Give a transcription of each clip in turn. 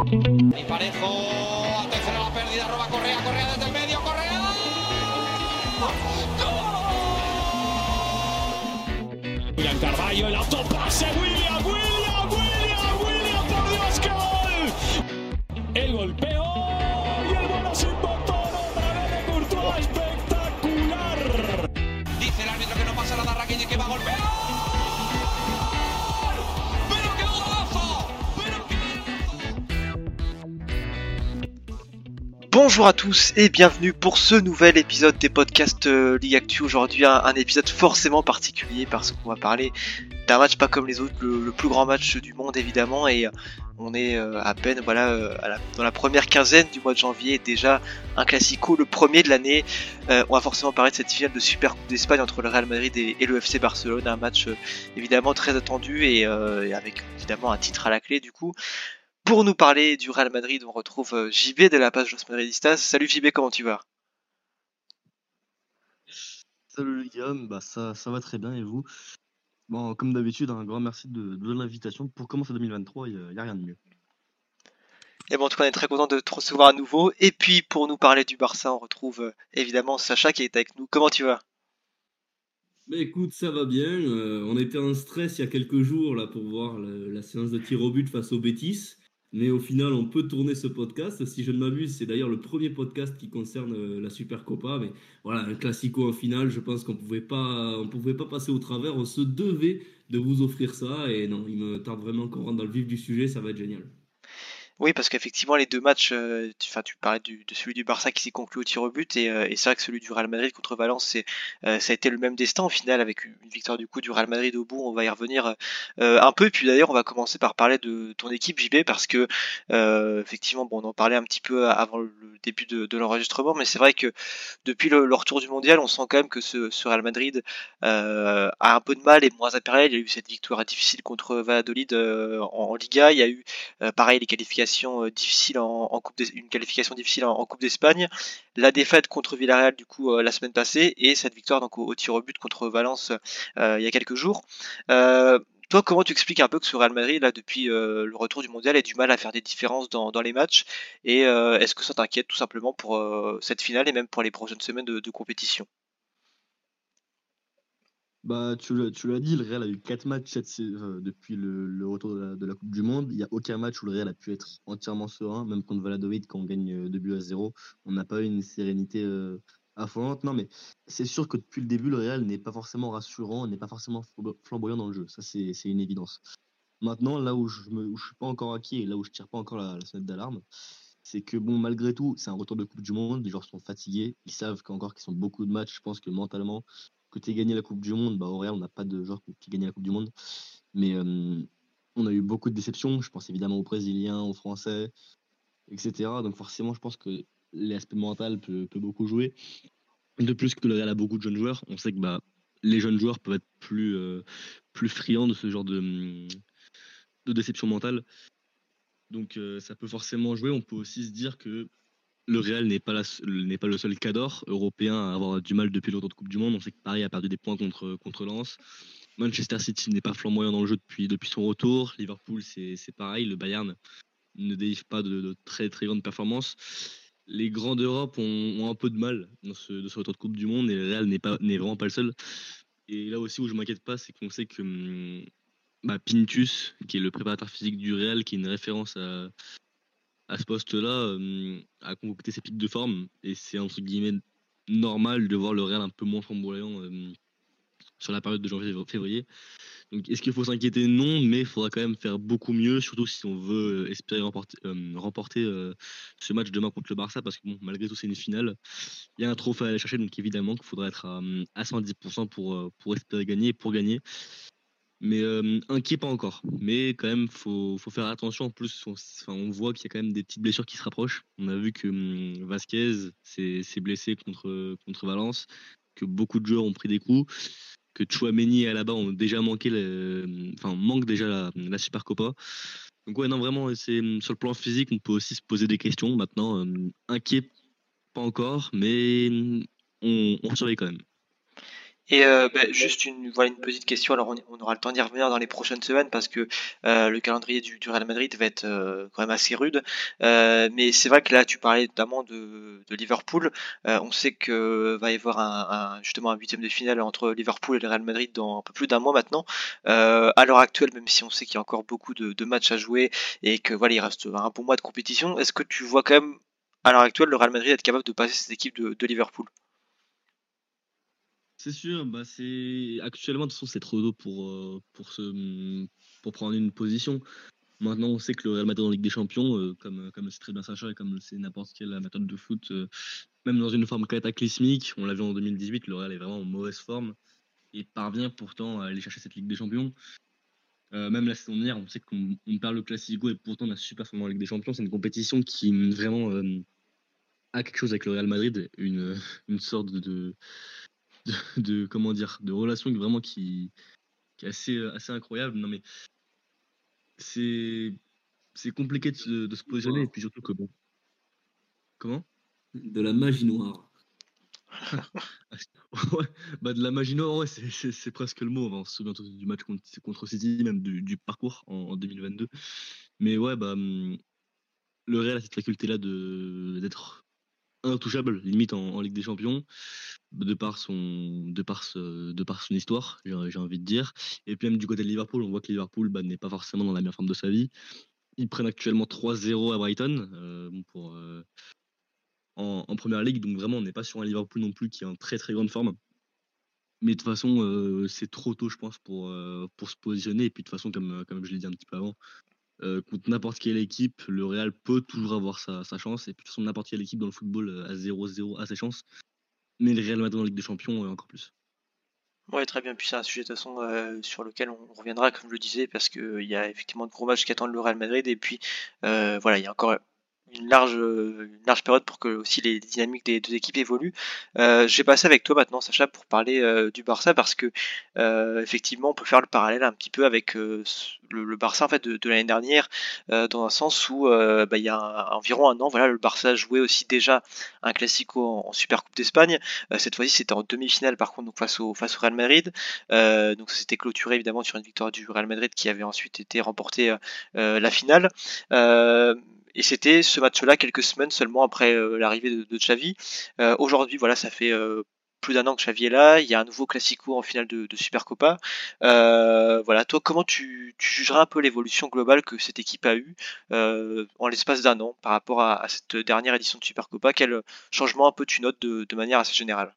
Y Parejo, atención a la pérdida, roba Correa, Correa desde el medio, Correa. ¡Gol! William Carvalho, el autopase, William, por Dios, qué gol. El golpeo y el bueno sin motor, otra vez de Courtois, espectacular. Dice el árbitro que no pasa nada, Rakitic que va a golpear. Bonjour à tous et bienvenue pour ce nouvel épisode des podcasts Ligue Actu. Aujourd'hui un épisode forcément particulier parce qu'on va parler d'un match pas comme les autres, le plus grand match du monde évidemment, et on est à peine dans la première quinzaine du mois de janvier, déjà un classico, le premier de l'année. On va forcément parler de cette finale de Super Coupe d'Espagne entre le Real Madrid et le FC Barcelone, un match évidemment très attendu et avec évidemment un titre à la clé du coup. Pour nous parler du Real Madrid, on retrouve JB de la page Los Madridistas. Salut JB, comment tu vas ? Salut les gars, ça va très bien et vous ? Bon, comme d'habitude, un grand merci de l'invitation. Pour commencer 2023, il n'y a rien de mieux. Et bon, en tout cas, on est très content de te recevoir à nouveau. Et puis, pour nous parler du Barça, on retrouve évidemment Sacha qui est avec nous. Comment tu vas ? Écoute, ça va bien. On était en stress il y a quelques jours là, pour voir la séance de tir au but face au Betis. Mais au final, on peut tourner ce podcast. Si je ne m'abuse, c'est d'ailleurs le premier podcast qui concerne la Supercopa. Mais voilà, un classico en finale, je pense qu'on pouvait pas passer au travers. On se devait de vous offrir ça. Et non, il me tarde vraiment qu'on rentre dans le vif du sujet. Ça va être génial. Oui, parce qu'effectivement, les deux matchs, tu parlais de celui du Barça qui s'est conclu au tir au but, et c'est vrai que celui du Real Madrid contre Valence, ça a été le même destin au final, avec une victoire du coup du Real Madrid au bout. On va y revenir un peu, puis d'ailleurs, on va commencer par parler de ton équipe, JB, parce que effectivement, bon, on en parlait un petit peu avant le début de l'enregistrement, mais c'est vrai que depuis le retour du mondial, on sent quand même que ce Real Madrid a un peu de mal et moins impérial. Il y a eu cette victoire difficile contre Valladolid en Liga, il y a eu pareil les qualifications difficiles une qualification difficile en Coupe d'Espagne, la défaite contre Villarreal du coup la semaine passée, et cette victoire donc au tir au but contre Valence il y a quelques jours. Toi, comment tu expliques un peu que ce Real Madrid là depuis le retour du mondial ait du mal à faire des différences dans les matchs, et est-ce que ça t'inquiète tout simplement pour cette finale et même pour les prochaines semaines de compétition ? Tu l'as dit, le Real a eu 4 matchs depuis le retour de la Coupe du Monde. Il n'y a aucun match où le Real a pu être entièrement serein, même contre Valladolid quand on gagne 2-0. On n'a pas eu une sérénité affolante. Non, mais c'est sûr que depuis le début, le Real n'est pas forcément rassurant, n'est pas forcément flamboyant dans le jeu. Ça, c'est une évidence. Maintenant, là où je suis pas encore acquis et là où je tire pas encore la sonnette d'alarme, c'est que bon, malgré tout, c'est un retour de Coupe du Monde. Les joueurs sont fatigués. Ils savent qu'ils sont beaucoup de matchs. Je pense que mentalement, que tu aies gagné la Coupe du Monde, au Real, on n'a pas de joueurs qui gagnent la Coupe du Monde. Mais on a eu beaucoup de déceptions. Je pense évidemment aux Brésiliens, aux Français, etc. Donc forcément, je pense que l'aspect mental peut beaucoup jouer. De plus que le Real a beaucoup de jeunes joueurs. On sait que les jeunes joueurs peuvent être plus friands de ce genre de déception mentale. Donc ça peut forcément jouer. On peut aussi se dire que le Real n'est pas le seul cadre européen à avoir du mal depuis le retour de Coupe du Monde. On sait que Paris a perdu des points contre Lens. Manchester City n'est pas flamboyant dans le jeu depuis son retour. Liverpool, c'est pareil. Le Bayern ne délivre pas de très très grandes performances. Les grands d'Europe ont un peu de mal dans ce retour de Coupe du Monde, et le Real n'est vraiment pas le seul. Et là aussi où je m'inquiète pas, c'est qu'on sait que Pintus, qui est le préparateur physique du Real, qui est une référence à ce poste-là, a concocté ses pics de forme, et c'est entre guillemets normal de voir le Real un peu moins flamboyant sur la période de janvier-février. Donc est-ce qu'il faut s'inquiéter ? Non, mais il faudra quand même faire beaucoup mieux, surtout si on veut espérer remporter ce match demain contre le Barça, parce que bon, malgré tout c'est une finale, il y a un trophée à aller chercher, donc évidemment qu'il faudra être à 110% pour espérer gagner, pour gagner. Mais inquiet pas encore. Mais quand même, faut faire attention. En plus, on voit qu'il y a quand même des petites blessures qui se rapprochent. On a vu que Vasquez s'est blessé contre Valence, que beaucoup de joueurs ont pris des coups, que Tchouaméni et Alaba ont déjà manquent déjà la Supercopa. Donc ouais, non, vraiment, c'est sur le plan physique, on peut aussi se poser des questions. Maintenant, inquiet pas encore, mais on surveille quand même. Et juste voilà une petite question. Alors on aura le temps d'y revenir dans les prochaines semaines parce que le calendrier du Real Madrid va être quand même assez rude. Mais c'est vrai que là tu parlais notamment de Liverpool. On sait que va y avoir justement un huitième de finale entre Liverpool et le Real Madrid dans un peu plus d'un mois maintenant. À l'heure actuelle, même si on sait qu'il y a encore beaucoup de matchs à jouer et que voilà il reste un bon mois de compétition, est-ce que tu vois quand même à l'heure actuelle le Real Madrid être capable de passer cette équipe de Liverpool? C'est sûr, c'est actuellement de toute façon c'est trop tôt pour prendre une position. Maintenant, on sait que le Real Madrid en Ligue des Champions, comme le sait très bien Sacha et comme le sait n'importe quel amateur de foot, même dans une forme cataclysmique, on l'a vu en 2018, le Real est vraiment en mauvaise forme et parvient pourtant à aller chercher cette Ligue des Champions. Même la saison dernière, on sait qu'on perd le Classico et pourtant on a super forme en Ligue des Champions. C'est une compétition qui vraiment a quelque chose avec le Real Madrid, une sorte comment dire, de relation vraiment qui est assez incroyable. Non mais c'est c'est compliqué de se positionner et Noire. puis surtout que bon. Comment? De la magie noire. Ouais, de la magie noire, ouais, c'est presque le mot. On se souvient tous du match contre City, même du parcours en 2022. Mais ouais, le Real a cette faculté-là d'être intouchable, limite en Ligue des Champions, de par son histoire, j'ai envie de dire. Et puis même du côté de Liverpool, on voit que Liverpool n'est pas forcément dans la meilleure forme de sa vie. Ils prennent actuellement 3-0 à Brighton en première ligue, donc vraiment on n'est pas sur un Liverpool non plus qui est en très très grande forme. Mais de toute façon, c'est trop tôt, je pense, pour se positionner. Et puis de toute façon, comme je l'ai dit un petit peu avant, contre n'importe quelle équipe, le Real peut toujours avoir sa chance. Et puis de toute façon, n'importe quelle équipe dans le football à 0-0 a ses chances. Mais le Real Madrid en Ligue des Champions, encore plus. Ouais, très bien. Puis c'est un sujet de toute façon sur lequel on reviendra, comme je le disais, parce que il y a effectivement de gros matchs qui attendent le Real Madrid. Et puis voilà, il y a encore une large période pour que aussi les dynamiques des deux équipes évoluent. Je vais passer avec toi maintenant, Sacha, pour parler du Barça, parce que effectivement, on peut faire le parallèle un petit peu avec le Barça en fait de l'année dernière, dans un sens où il y a environ un an, voilà, le Barça jouait aussi déjà un Classico en Super Coupe d'Espagne. Cette fois-ci, c'était en demi-finale, par contre, donc face au Real Madrid. Donc ça s'était clôturé évidemment sur une victoire du Real Madrid qui avait ensuite été remporté la finale. Et c'était ce match-là quelques semaines seulement après l'arrivée de Xavi. Aujourd'hui, voilà, ça fait plus d'un an que Xavi est là. Il y a un nouveau Classico en finale de Supercopa. Voilà, toi, comment tu jugeras un peu l'évolution globale que cette équipe a eue en l'espace d'un an par rapport à cette dernière édition de Supercopa? Quel changement un peu tu notes de manière assez générale?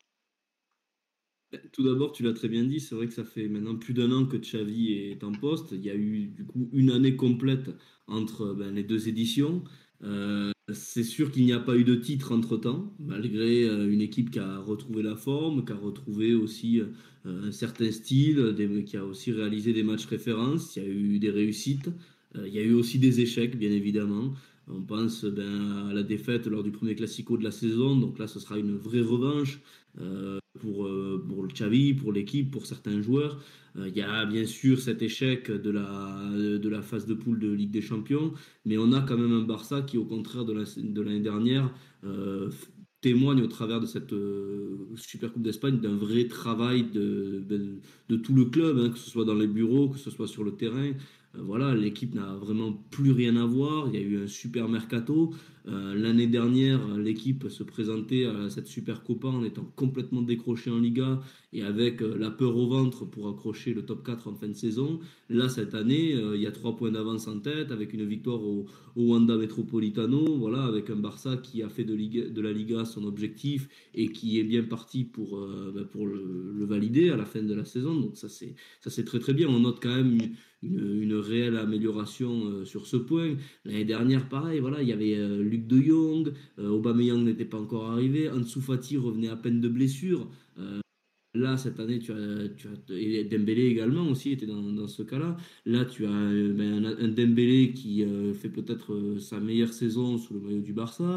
Tout d'abord, tu l'as très bien dit, c'est vrai que ça fait maintenant plus d'un an que Xavi est en poste. Il y a eu du coup une année complète entre les deux éditions. C'est sûr qu'il n'y a pas eu de titre entre-temps, malgré une équipe qui a retrouvé la forme, qui a retrouvé aussi un certain style, qui a aussi réalisé des matchs références. Il y a eu des réussites, il y a eu aussi des échecs, bien évidemment. On pense à la défaite lors du premier Classico de la saison, donc là ce sera une vraie revanche. Pour le Xavi, pour l'équipe, pour certains joueurs. Il y a bien sûr cet échec de la phase de poule de Ligue des Champions, mais on a quand même un Barça qui, au contraire de l'année dernière, témoigne au travers de cette Super Coupe d'Espagne d'un vrai travail de tout le club, hein, que ce soit dans les bureaux, que ce soit sur le terrain. Voilà, l'équipe n'a vraiment plus rien à voir. Il y a eu un super mercato. L'année dernière, l'équipe se présentait à cette Super Copa en étant complètement décrochée en Liga et avec la peur au ventre pour accrocher le top 4 en fin de saison. Là, cette année, il y a 3 points d'avance en tête avec une victoire au Wanda Metropolitano. Voilà, avec un Barça qui a fait de la Liga son objectif et qui est bien parti pour le valider à la fin de la saison. Donc ça, c'est très très bien. On note quand même une réelle amélioration sur ce point. L'année dernière, pareil, voilà, il y avait Luc de Jong, Aubameyang n'était pas encore arrivé, Ansu Fati revenait à peine de blessure. Là, cette année, et Dembélé également aussi était dans ce cas-là. Là, tu as un Dembélé qui fait peut-être sa meilleure saison sous le maillot du Barça.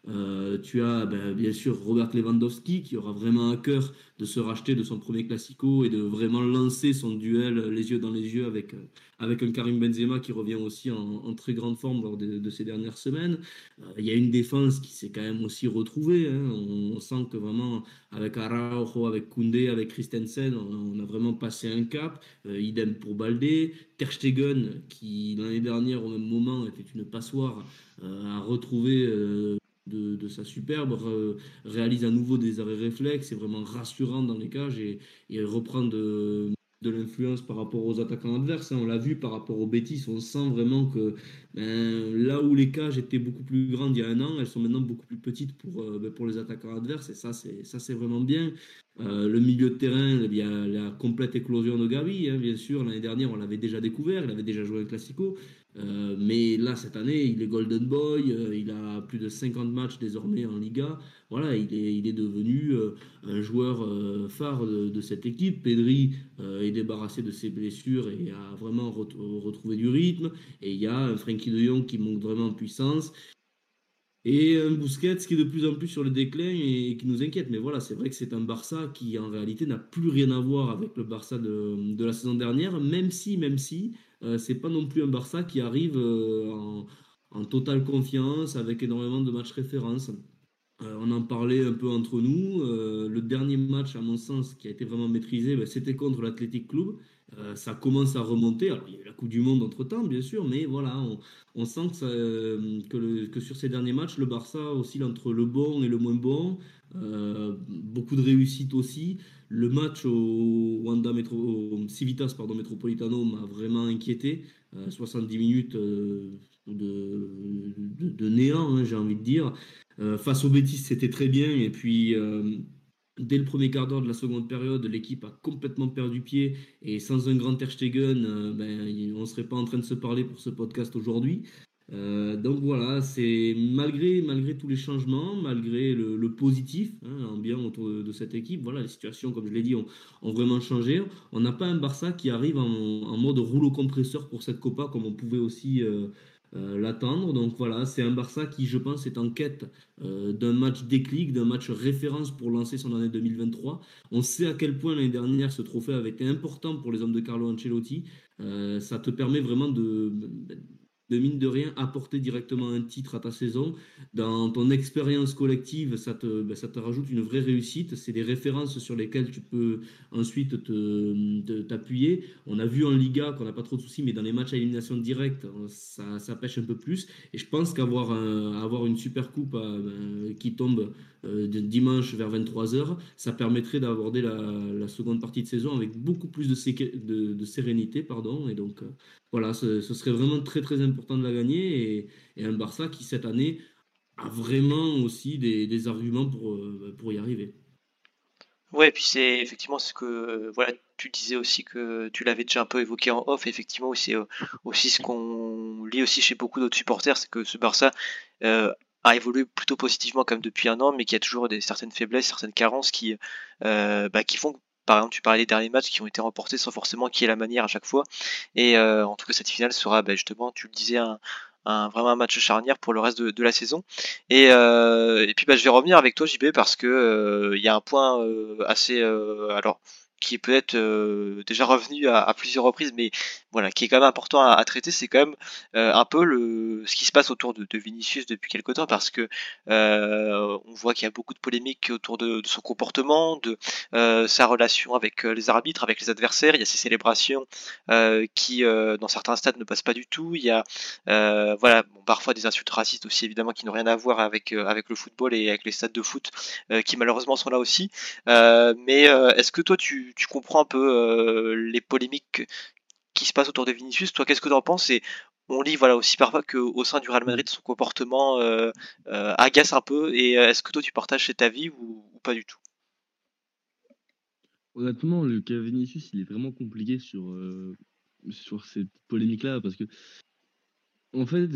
Tu as bien sûr Robert Lewandowski qui aura vraiment à cœur de se racheter de son premier Classico et de vraiment lancer son duel les yeux dans les yeux avec un Karim Benzema qui revient aussi en très grande forme lors de ces dernières semaines. Il y a une défense qui s'est quand même aussi retrouvée, hein. On sent que vraiment avec Araujo, avec Koundé, avec Christensen, on a vraiment passé un cap. Idem pour Baldé. Ter Stegen, qui l'année dernière au même moment était une passoire, a retrouvé de sa superbe, réalise à nouveau des arrêts réflexes, c'est vraiment rassurant dans les cages et reprend de l'influence par rapport aux attaquants adverses, hein. On l'a vu par rapport aux Betis, on sent vraiment que là où les cages étaient beaucoup plus grandes il y a un an, elles sont maintenant beaucoup plus petites pour les attaquants adverses et ça c'est vraiment bien. Le milieu de terrain, il y a la complète éclosion de Gavi, hein, bien sûr. L'année dernière, on l'avait déjà découvert, il avait déjà joué un Classico. Mais là, cette année, il est Golden Boy, il a plus de 50 matchs désormais en Liga. Voilà, il est devenu un joueur phare de cette équipe. Pedri est débarrassé de ses blessures et a vraiment retrouvé du rythme. Et il y a un Frenkie de Jong qui monte vraiment en puissance. Et un Busquets qui est de plus en plus sur le déclin et qui nous inquiète. Mais voilà, c'est vrai que c'est un Barça qui en réalité n'a plus rien à voir avec le Barça de la saison dernière, même si c'est pas non plus un Barça qui arrive en totale confiance avec énormément de matchs références. On en parlait un peu entre nous. Le dernier match, à mon sens, qui a été vraiment maîtrisé, c'était contre l'Athletic Club. Ça commence à remonter. Alors, il y a eu la Coupe du Monde entre-temps, bien sûr, mais voilà, on sent que sur ces derniers matchs, le Barça oscille entre le bon et le moins bon. Beaucoup de réussite aussi. Le match au Civitas Metropolitano m'a vraiment inquiété. 70 minutes de néant, hein, j'ai envie de dire. Face au Betis, c'était très bien. Et puis, dès le premier quart d'heure de la seconde période, l'équipe a complètement perdu pied. Et sans un grand Ter Stegen, on ne serait pas en train de se parler pour ce podcast aujourd'hui. Donc voilà, c'est malgré tous les changements, malgré le positif, hein, ambiant autour de cette équipe, voilà, les situations, comme je l'ai dit, ont vraiment changé. On n'a pas un Barça qui arrive en mode rouleau compresseur pour cette Copa, comme on pouvait aussi l'attendre. Donc voilà, c'est un Barça qui, je pense, est en quête d'un match déclic, d'un match référence pour lancer son année 2023. On sait à quel point l'année dernière ce trophée avait été important pour les hommes de Carlo Ancelotti. Ça te permet vraiment de mine de rien apporter directement un titre à ta saison. Dans ton expérience collective, ça te rajoute une vraie réussite. C'est des références sur lesquelles tu peux ensuite t'appuyer. On a vu en Liga qu'on n'a pas trop de soucis, mais dans les matchs à élimination directe, ça pêche un peu plus. Et je pense avoir une super coupe qui tombe dimanche vers 23h, ça permettrait d'aborder la seconde partie de saison avec beaucoup plus de sérénité. Pardon. Et donc, voilà, ce serait vraiment très très important de la gagner et un Barça qui cette année a vraiment aussi des arguments pour y arriver. Ouais, et puis c'est effectivement ce que voilà, tu disais aussi que tu l'avais déjà un peu évoqué en off. Effectivement, c'est aussi ce qu'on lit aussi chez beaucoup d'autres supporters, c'est que ce Barça euh, a évolué plutôt positivement comme depuis un an, mais qu'il y a toujours certaines faiblesses, certaines carences qui font que, par exemple, tu parlais des derniers matchs qui ont été remportés sans forcément qu'il y ait la manière à chaque fois. Et en tout cas, cette finale sera justement, tu le disais, vraiment un match charnière pour le reste de la saison. Et puis je vais revenir avec toi JB parce que il y a un point assez alors qui est peut-être déjà revenu à plusieurs reprises, mais voilà, qui est quand même important à traiter, c'est quand même un peu ce qui se passe autour de Vinicius depuis quelque temps, parce que on voit qu'il y a beaucoup de polémiques autour de son comportement, de sa relation avec les arbitres, avec les adversaires. Il y a ses célébrations qui, dans certains stades, ne passent pas du tout. Il y a voilà, bon, parfois des insultes racistes aussi évidemment qui n'ont rien à voir avec le football et avec les stades de foot qui malheureusement sont là aussi. Mais est-ce que toi tu comprends un peu les polémiques qui se passent autour de Vinicius? Toi, qu'est-ce que tu en penses? Et on lit voilà aussi parfois qu'au sein du Real Madrid son comportement agace un peu. Et est-ce que toi tu partages cet avis ou pas du tout? Honnêtement, le cas Vinicius, il est vraiment compliqué sur cette polémique-là parce que, en fait,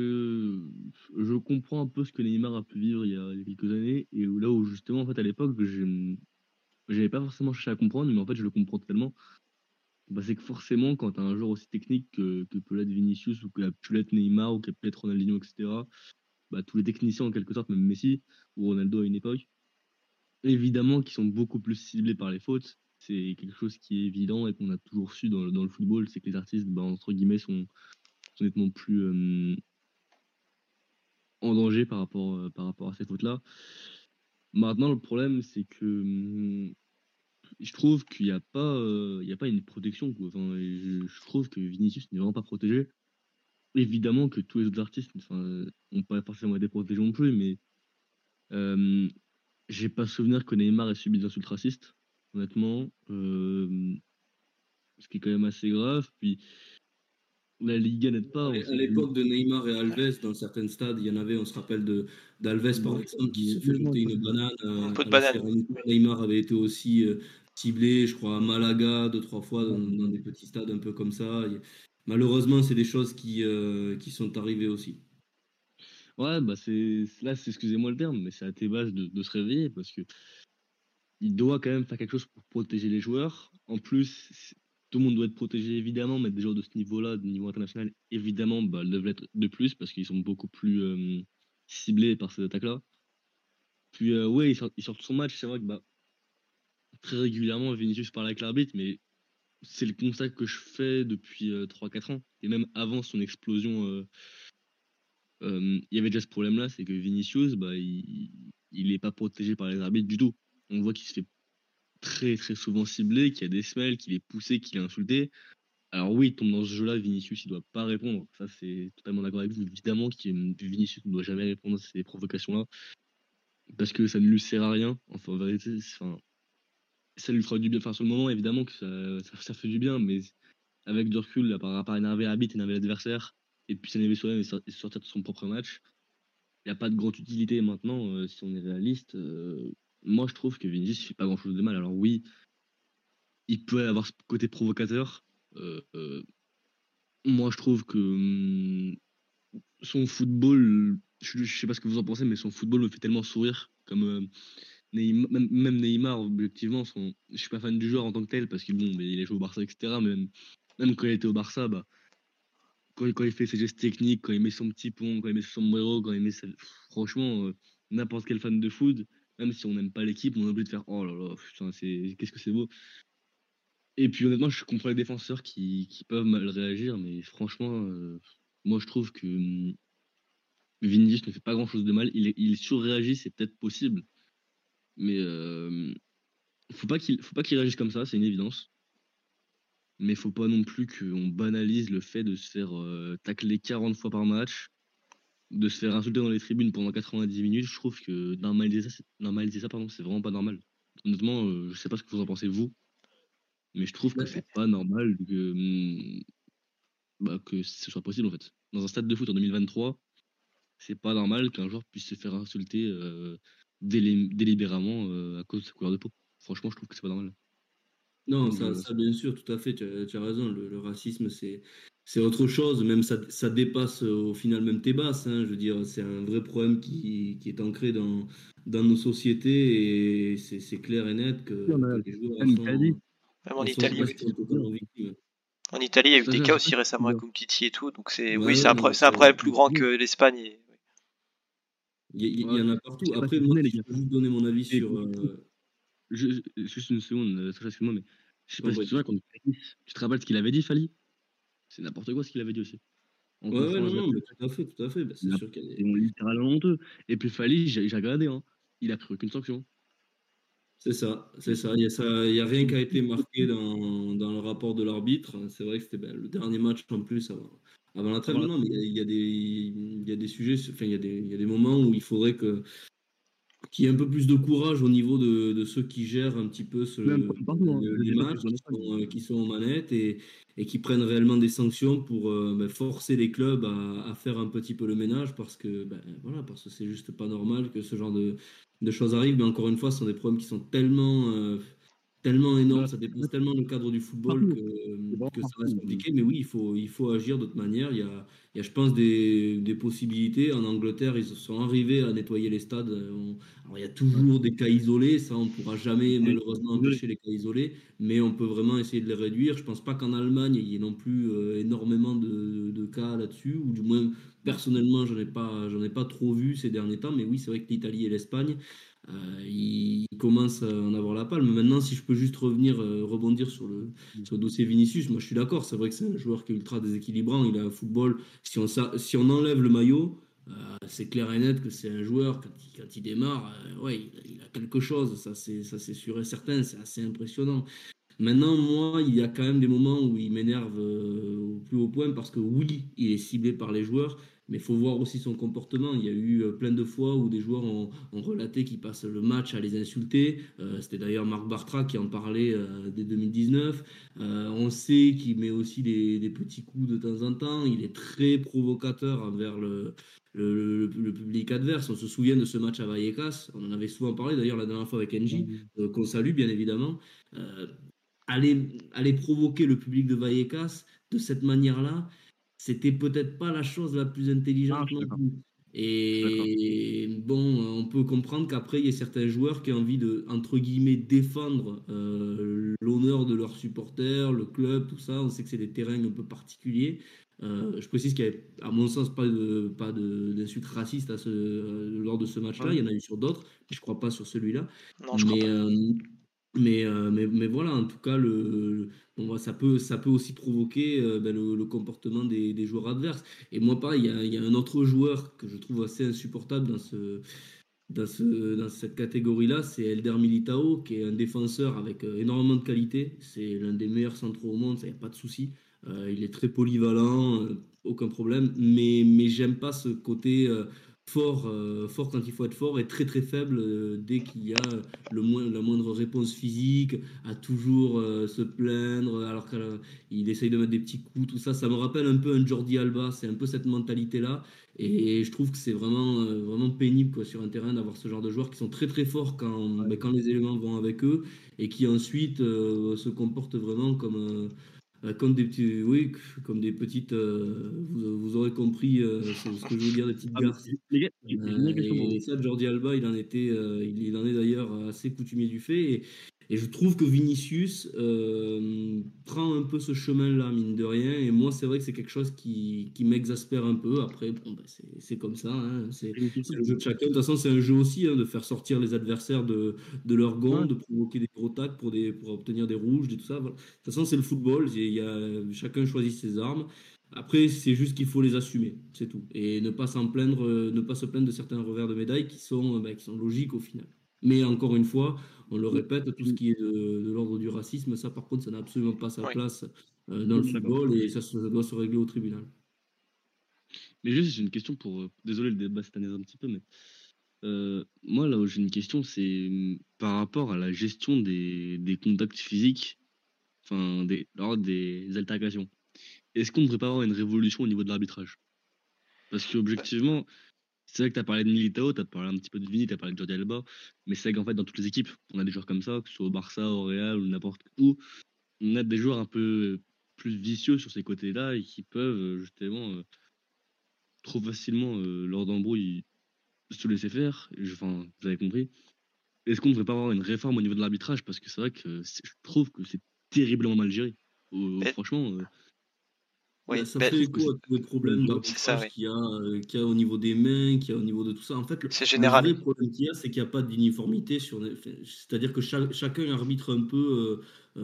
je comprends un peu ce que Neymar a pu vivre il y a quelques années et là où justement, en fait, à l'époque, j'avais pas forcément cherché à comprendre, mais en fait, je le comprends tellement. Bah, c'est que forcément, quand tu as un joueur aussi technique que peut l'être Vinicius ou que a pu l'être Neymar ou qu'a pu l'être Ronaldinho, etc., tous les techniciens en quelque sorte, même Messi ou Ronaldo à une époque, évidemment qu'ils sont beaucoup plus ciblés par les fautes. C'est quelque chose qui est évident et qu'on a toujours su dans le football, c'est que les artistes, entre guillemets, sont nettement plus en danger par rapport à ces fautes-là. Maintenant, le problème, c'est que je trouve il y a pas une protection, quoi. Enfin, je trouve que Vinicius n'est vraiment pas protégé. Évidemment que tous les autres artistes, n'ont pas forcément été protégés non plus, mais euh, j'ai pas souvenir que Neymar ait subi des insultes racistes, honnêtement, ce qui est quand même assez grave. Puis la Liga n'aide pas. On À sait que l'époque de Neymar et Alves, dans certains stades, il y en avait, on se rappelle d'Alves par exemple, qui se fait jeter une banane Un pot de à la banane. Ceramica. Neymar avait été aussi ciblé, je crois, à Malaga, 2, 3 fois, dans des petits stades un peu comme ça. Malheureusement, c'est des choses qui sont arrivées aussi. Ouais, c'est excusez-moi le terme, mais c'est à tes bases de se réveiller parce que il doit quand même faire quelque chose pour protéger les joueurs. En plus, tout le monde doit être protégé évidemment, mais des joueurs de ce niveau-là, de niveau international, évidemment, ils devraient l'être de plus parce qu'ils sont beaucoup plus ciblés par ces attaques-là. Puis ouais, il sort de son match, c'est vrai que très régulièrement, Vinicius parle avec l'arbitre, mais c'est le constat que je fais depuis 3-4 ans. Et même avant son explosion, il y avait déjà ce problème-là, c'est que Vinicius, il est pas protégé par les arbitres du tout. On voit qu'il se fait très très souvent ciblé, qu'il y a des semelles, qu'il est poussé, qu'il est insulté. Alors oui, il tombe dans ce jeu-là, Vinicius, il doit pas répondre. Ça, c'est totalement d'accord avec vous. Évidemment que Vinicius ne doit jamais répondre à ces provocations-là, parce que ça ne lui sert à rien. Enfin, en vérité, ça lui fera du bien. Enfin, sur le moment, évidemment que ça fait du bien, mais avec du recul, là, par rapport à énerver l'arbitre, énerver l'adversaire, et puis s'énerver soi-même et sortir de son propre match, il n'y a pas de grande utilité maintenant, si on est réaliste. Moi, je trouve que Vinicius ne fait pas grand-chose de mal. Alors oui, il peut avoir ce côté provocateur. Euh, euh, Moi, je trouve que son football, je sais pas ce que vous en pensez, mais son football me fait tellement sourire. Comme même Neymar, objectivement, je suis pas fan du joueur en tant que tel, parce qu'il bon, mais il a joué au Barça, etc. Mais même quand il était au Barça, quand il fait ses gestes techniques, quand il met son petit pont, quand il met son sombrero, franchement, n'importe quel fan de foot, même si on n'aime pas l'équipe, on est obligé de faire oh là là, putain, qu'est-ce que c'est beau. Et puis honnêtement, je comprends les défenseurs qui peuvent mal réagir, mais franchement, moi je trouve que Vinicius ne fait pas grand-chose de mal. Il surréagit, c'est peut-être possible, mais faut pas qu'il réagisse comme ça, c'est une évidence. Mais faut pas non plus qu'on banalise le fait de se faire tacler 40 fois par match, de se faire insulter dans les tribunes pendant 90 minutes. Je trouve que normaliser ça, pardon, c'est vraiment pas normal. Honnêtement, je sais pas ce que vous en pensez vous, mais je trouve que c'est pas normal que ce soit possible en fait. Dans un stade de foot en 2023, c'est pas normal qu'un joueur puisse se faire insulter délibérément à cause de sa couleur de peau. Franchement, je trouve que c'est pas normal. Non, Donc, ça bien sûr, tout à fait, tu as raison. Le racisme, c'est autre chose. Même ça dépasse au final même tes basses, hein. Je veux dire, c'est un vrai problème qui est ancré dans nos sociétés et c'est clair et net que les joueurs même Italie, Même en ils sont Italie, oui. totalement victimes. En Italie, il y a eu des ça, cas je sais aussi pas récemment avec Umtiti et tout, donc Ouais, c'est non, c'est un problème plus grand que l'Espagne. il y en a partout. je sais pas Après, si vous moi, venez, les je gars. peux juste donner mon avis Et sur. juste une seconde, Sacha, excuse-moi, mais je sais pas si tu Compris. te souviens, tu te rappelles ce qu'il avait dit, Fali? C'est n'importe quoi ce qu'il avait dit aussi. En Ouais, conférence non, de non, mais presse, tout à fait. Bah, c'est sûr qu'il y a c'est des. littéralement honteux. Et puis Fali, j'ai regardé, hein, il a pris aucune sanction. C'est ça, c'est Il- ça. Il y a rien qui a été marqué dans le rapport de l'arbitre. C'est vrai que c'était le dernier match en plus avant la trêve. Avant Non, la non, mais il y a des sujets, enfin, il y a des moments où il faudrait qu'il y ait un peu plus de courage au niveau de ceux qui gèrent un petit peu même partout, hein. Je les dis pas que matchs, c'est en Espagne. qui sont aux manettes et qui prennent réellement des sanctions pour forcer les clubs à faire un petit peu le ménage parce que c'est juste pas normal que ce genre de choses arrivent. Mais encore une fois, ce sont des problèmes qui sont tellement énormes, Bah, ça dépasse tellement le cadre du football partout. C'est vraiment que ça reste partout. compliqué. Mais oui, il faut agir d'autre manière. Il y a, je pense, des possibilités. En Angleterre, ils sont arrivés à nettoyer les stades. Alors, il y a Ouais. toujours des cas isolés, ça, on ne pourra jamais Et- malheureusement désolé. empêcher les cas isolés, mais on peut vraiment essayer de les réduire. Je ne pense pas qu'en Allemagne, il y ait non plus énormément de cas là-dessus, ou du moins personnellement j'en ai pas trop vu ces derniers temps, mais oui c'est vrai que l'Italie et l'Espagne ils commencent à en avoir la palme. Maintenant si je peux juste rebondir sur le dossier Vinicius, moi je suis d'accord, c'est vrai que c'est un joueur qui est ultra déséquilibrant, il a un football, si on enlève le maillot, c'est clair et net que c'est un joueur, quand il démarre, ouais, il a quelque chose, ça c'est sûr et certain, c'est assez impressionnant. Maintenant, moi, il y a quand même des moments où il m'énerve au plus haut point parce que oui, il est ciblé par les joueurs, mais il faut voir aussi son comportement. Il y a eu plein de fois où des joueurs ont relaté qu'ils passent le match à les insulter. C'était d'ailleurs Marc Bartra qui en parlait dès 2019. On sait qu'il met aussi des petits coups de temps en temps. Il est très provocateur envers le public adverse. On se souvient de ce match à Vallecas. On en avait souvent parlé d'ailleurs la dernière fois avec Engie, qu'on salue bien évidemment. Euh, aller provoquer le public de Vallecas de cette manière-là, c'était peut-être pas la chose la plus Ah, intelligente je suis non d'accord. plus. Je suis d'accord. Et bon, on peut comprendre qu'après, il y a certains joueurs qui ont envie de, entre guillemets, défendre l'honneur de leurs supporters, le club, tout ça. On sait que c'est des terrains un peu particuliers. Je précise qu'il n'y avait, à mon sens, d'insultes racistes lors de ce match-là. Ouais. Il y en a eu sur d'autres, mais je ne crois pas sur celui-là. Non, je crois Mais, pas. mais voilà, en tout cas, bon, bah, ça peut aussi provoquer le comportement des joueurs adverses. Et moi, pareil, il y a un autre joueur que je trouve assez insupportable dans cette catégorie-là, c'est Elder Militao, qui est un défenseur avec énormément de qualité. C'est l'un des meilleurs centraux au monde, ça, il n'y a pas de souci. Il est très polyvalent, aucun problème. Mais j'aime pas ce côté fort quand il faut être fort et très très faible dès qu'il y a la moindre réponse physique, à toujours se plaindre alors qu'il essaye de mettre des petits coups, tout ça. Ça me rappelle un peu un Jordi Alba, c'est un peu cette mentalité-là. Et je trouve que c'est vraiment pénible quoi, sur un terrain d'avoir ce genre de joueurs qui sont très très forts quand les éléments vont avec eux et qui ensuite se comportent vraiment comme des petits, oui, comme des petites, vous aurez compris ce que je veux dire, des petites Ah, mais garces. les gars, j'ai une vraie question pour Et vous. ça, Jordi Alba, il en est d'ailleurs assez coutumier du fait. Et je trouve que Vinicius prend un peu ce chemin-là, mine de rien. Et moi, c'est vrai que c'est quelque chose qui m'exaspère un peu. Après, bon, bah, c'est comme ça, hein. J'ai une C'est question le pour jeu de vous. chacun. De toute façon, c'est un jeu aussi, hein, de faire sortir les adversaires de leur gond, Ouais. de provoquer des gros tacles pour obtenir des rouges, et tout ça. Voilà. De toute façon, c'est le football. Chacun choisit ses armes. Après, c'est juste qu'il faut les assumer, c'est tout. Et ne pas s'en plaindre, ne pas se plaindre de certains revers de médaille qui sont logiques au final. Mais encore une fois, on le répète, tout ce qui est de l'ordre du racisme, ça par contre, ça n'a absolument pas sa Oui. place dans Je le suis d'accord. football et ça doit se régler au tribunal. Mais juste, j'ai une question pour. Désolé, le débat s'éternise un petit peu, mais moi, là où j'ai une question, c'est par rapport à la gestion des contacts physiques, enfin, lors des altercations. Est-ce qu'on ne devrait pas avoir une révolution au niveau de l'arbitrage? Parce Bah, qu'objectivement, c'est vrai que tu as parlé de Militao, tu as parlé un petit peu de Vini, tu as parlé de Jordi Alba, mais c'est vrai qu'en fait, dans toutes les équipes, on a des joueurs comme ça, que ce soit au Barça, au Real ou n'importe où, on a des joueurs un peu plus vicieux sur ces côtés-là et qui peuvent justement trop facilement, lors d'embrouilles, se laisser faire. Enfin, vous avez compris. Est-ce qu'on ne devrait pas avoir une réforme au niveau de l'arbitrage? Parce que c'est vrai que je trouve que c'est terriblement mal géré. ben, Franchement, Bah, oui, ça je ben, fait trouve que écho c'est à tous les mal problèmes géré. c'est ça, d'arbitrage oui. qu'il y a au niveau des mains, qu'il y a au niveau de tout ça. En fait, C'est le général. vrai problème qu'il y a, c'est qu'il n'y a pas d'uniformité c'est-à-dire que chacun arbitre un peu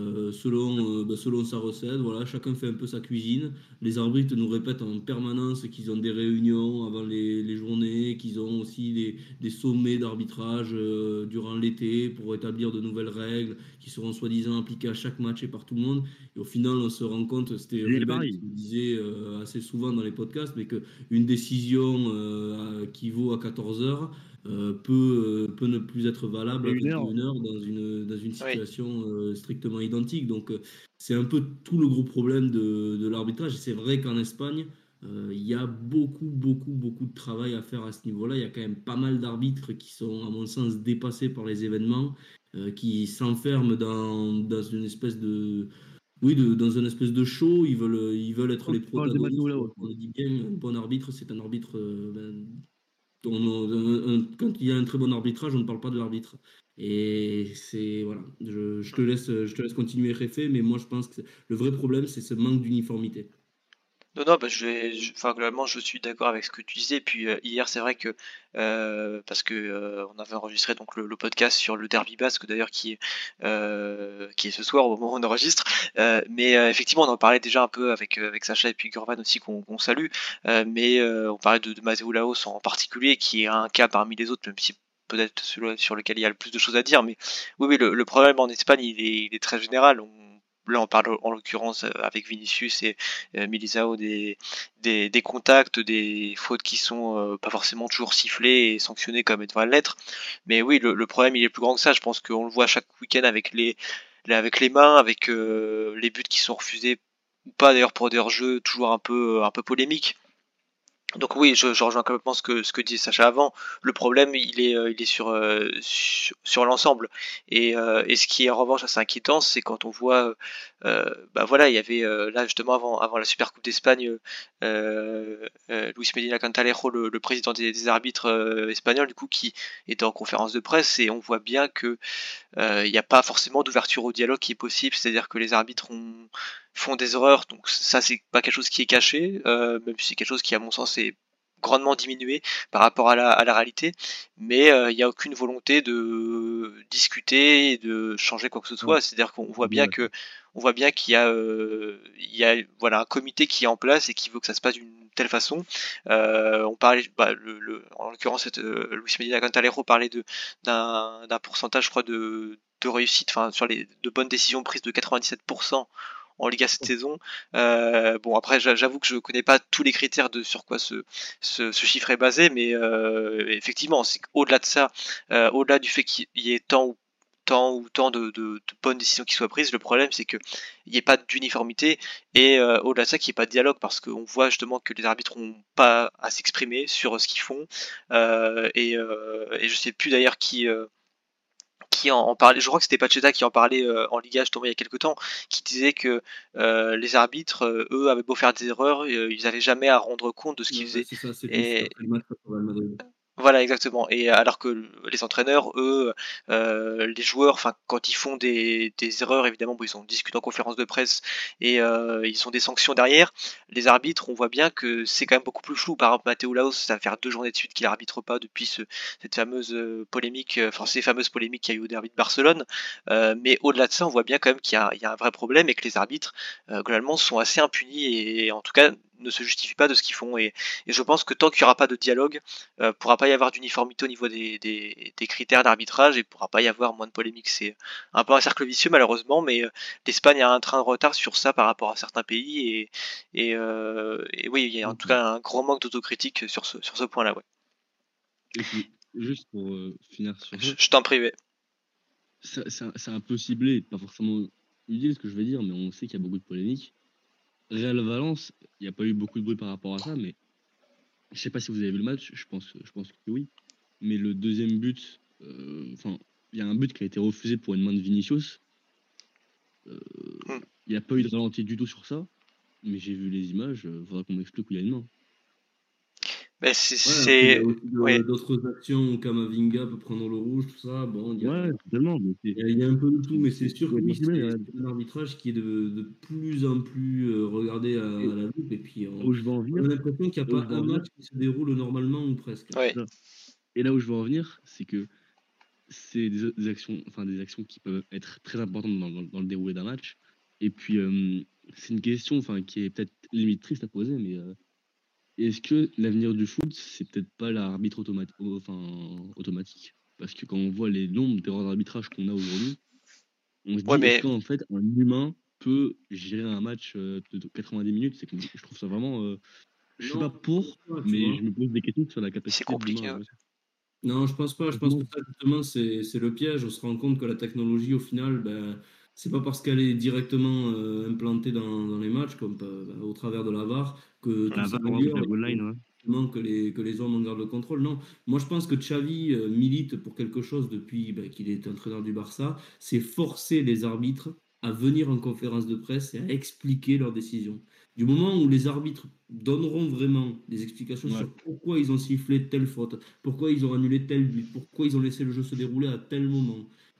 selon sa recette. Voilà, chacun fait un peu sa cuisine. Les arbitres nous répètent en permanence qu'ils ont des réunions avant les journées, qu'ils ont aussi des sommets d'arbitrage durant l'été pour établir de nouvelles règles qui seront soi-disant appliquées à chaque match et par tout le monde. Et au final, on se rend compte, c'était C'est Ruben qui pareil. le disait assez souvent dans les podcasts, mais qu'une décision qui vaut à 14 heures peut ne plus être valable Et à une 21 heure. heures dans une Oui. situation strictement identique. Donc, c'est un peu tout le gros problème de l'arbitrage. Et c'est vrai qu'en Espagne, il y a beaucoup de travail à faire à ce niveau-là. Il y a quand même pas mal d'arbitres qui sont, à mon sens, dépassés par les événements, qui s'enferment dans une espèce de oui, dans un espèce de show, ils veulent être Non, les tu parles de Mateo protagonistes. Alors Laos, qu'on moi. le dit bien, un bon arbitre, c'est un arbitre. Quand il y a un très bon arbitrage, on ne parle pas de l'arbitre. Et c'est voilà. Je te laisse continuer, Réfé, mais moi je pense que le vrai problème, c'est ce manque d'uniformité. Non, non, bah, enfin, globalement, je suis d'accord avec ce que tu disais. Puis hier, c'est vrai que parce que on avait enregistré donc le podcast sur le derby basque, d'ailleurs, qui est ce soir au moment où on enregistre. Mais effectivement, on en parlait déjà un peu avec Sacha et puis Gurvan aussi qu'on salue. Mais on parlait de Mateu Laos en particulier, qui est un cas parmi les autres, même si peut-être celui sur lequel il y a le plus de choses à dire. Mais oui, oui, le problème en Espagne, il est très général. Là, on parle en l'occurrence avec Vinicius et Militao des contacts, des fautes qui sont pas forcément toujours sifflées et sanctionnées comme elles devraient l'être. Mais oui, le problème il est plus grand que ça. Je pense qu'on le voit chaque week-end avec les mains, avec les buts qui sont refusés ou pas d'ailleurs pour des hors-jeux toujours un peu polémiques. Donc oui, je rejoins complètement ce que disait Sacha avant. Le problème, il est sur l'ensemble. Et ce qui est en revanche assez inquiétant, c'est quand on voit, bah voilà, il y avait là justement avant la Super Coupe d'Espagne, Luis Medina Cantalejo, le président des arbitres espagnols, du coup, qui était en conférence de presse, et on voit bien que il n'y a pas forcément d'ouverture au dialogue qui est possible, c'est-à-dire que les arbitres font des erreurs, donc ça c'est pas quelque chose qui est caché, même si c'est quelque chose qui à mon sens est grandement diminué par rapport à la réalité, mais il n'y a aucune volonté de discuter et de changer quoi que ce soit, Ouais, c'est-à-dire qu'on je voit suis bien bien d'accord. qu'il y a voilà un comité qui est en place et qui veut que ça se passe d'une telle façon. On parlait, bah, en l'occurrence, Luis Medina Cantalejo parlait d'un pourcentage, je crois, de réussite, enfin, sur les de bonnes décisions prises de 97% en Liga cette saison. Bon, après, j'avoue que je connais pas tous les critères sur quoi ce chiffre est basé, mais effectivement, c'est au-delà de ça, au-delà du fait qu'il y ait tant de bonnes décisions qui soient prises, le problème c'est qu'il n'y ait pas d'uniformité et au-delà de ça qu'il n'y ait pas de dialogue parce qu'on voit justement que les arbitres n'ont pas à s'exprimer sur ce qu'ils font et je sais plus d'ailleurs qui en parlait, je crois que c'était Pacheta qui en parlait en Liga justement il y a quelques temps, qui disait que les arbitres, eux, avaient beau faire des erreurs, ils n'avaient jamais à rendre compte de ce qu'ils Ouais, faisaient. c'est ça, c'est juste Et, après le match contre le Real Madrid. voilà, exactement. Et alors que les entraîneurs, eux, les joueurs, enfin, quand ils font des erreurs, évidemment, bon, ils en discutent en conférence de presse et ils ont des sanctions derrière. Les arbitres, on voit bien que c'est quand même beaucoup plus flou. Par exemple, Mateu Laos, ça va faire 2 journées de suite qu'il arbitre pas depuis cette fameuse polémique, enfin, ces fameuses polémiques qu'il y a eu au derby de Barcelone. Mais au-delà de ça, on voit bien quand même il y a un vrai problème et que les arbitres, globalement, sont assez impunis et en tout cas ne se justifient pas de ce qu'ils font. Et je pense que tant qu'il n'y aura pas de dialogue, pourra pas y avoir d'uniformité au niveau des critères d'arbitrage et pourra pas y avoir moins de polémiques. C'est un peu un cercle vicieux malheureusement, mais l'Espagne a un train de retard sur ça par rapport à certains pays et oui, il y a en tout Ok. cas un grand manque d'autocritique sur ce point-là. Ouais. Et puis, juste pour finir sur ça, Je t'en prie. Ouais. c'est un peu ciblé, pas forcément utile ce que je vais dire, mais on sait qu'il y a beaucoup de polémiques. Real Valence, il n'y a pas eu beaucoup de bruit par rapport à ça, mais je sais pas si vous avez vu le match, je pense que oui. Mais le deuxième but, enfin, il y a un but qui a été refusé pour une main de Vinicius. Euh, Hmm. Il n'y a pas eu de ralenti du tout sur ça, mais j'ai vu les images, il faudra qu'on m'explique où il y a une main. Mais Ouais, après, il y a c'est aussi ouais. d'autres actions où Kamavinga peut prendre le rouge, tout ça. Bon, Ouais, totalement. Mais il y a un peu de tout, mais c'est sûr faut que être oui, motivé, c'est ouais. un arbitrage qui est de plus en plus regardé Et à la loupe. Et puis, là où je veux en on a venir, l'impression qu'il n'y a là où pas je veux un en venir, match qui se déroule normalement ou presque. Ouais. là. Et là où je veux en venir, c'est que c'est des actions qui peuvent être très importantes dans le déroulé d'un match. Et puis, c'est une question, enfin, qui est peut-être limite triste à poser, mais est-ce que l'avenir du foot, c'est peut-être pas l'arbitre automatique? Parce que quand on voit les nombres d'erreurs d'arbitrage qu'on a aujourd'hui, on se Ouais, dit, est-ce mais qu'en fait, un humain peut gérer un match de 90 minutes? C'est que je trouve ça vraiment. Je suis Non, pas je pense pour, pas, tu mais vois. je me pose des questions sur la c'est capacité de l'humain compliqué. à Ouais. gérer ça. Non, je pense pas. Je pense que Franchement, ça, justement, c'est le piège. On se rend compte que la technologie, au final, ben, c'est pas parce qu'elle est directement implantée dans les matchs, comme au travers de la VAR, que tout la VAR ouais, ou de s'améliore la et goal que, line, ouais. justement, que les hommes en gardent le contrôle. Non, moi, je pense que Xavi milite pour quelque chose depuis ben, qu'il est entraîneur du Barça, c'est forcer les arbitres à venir en conférence de presse et à expliquer leurs décisions. Du moment où les arbitres donneront vraiment des explications Ouais. sur pourquoi ils ont sifflé telle faute, pourquoi ils ont annulé tel but, pourquoi ils ont laissé le jeu se dérouler à tel moment.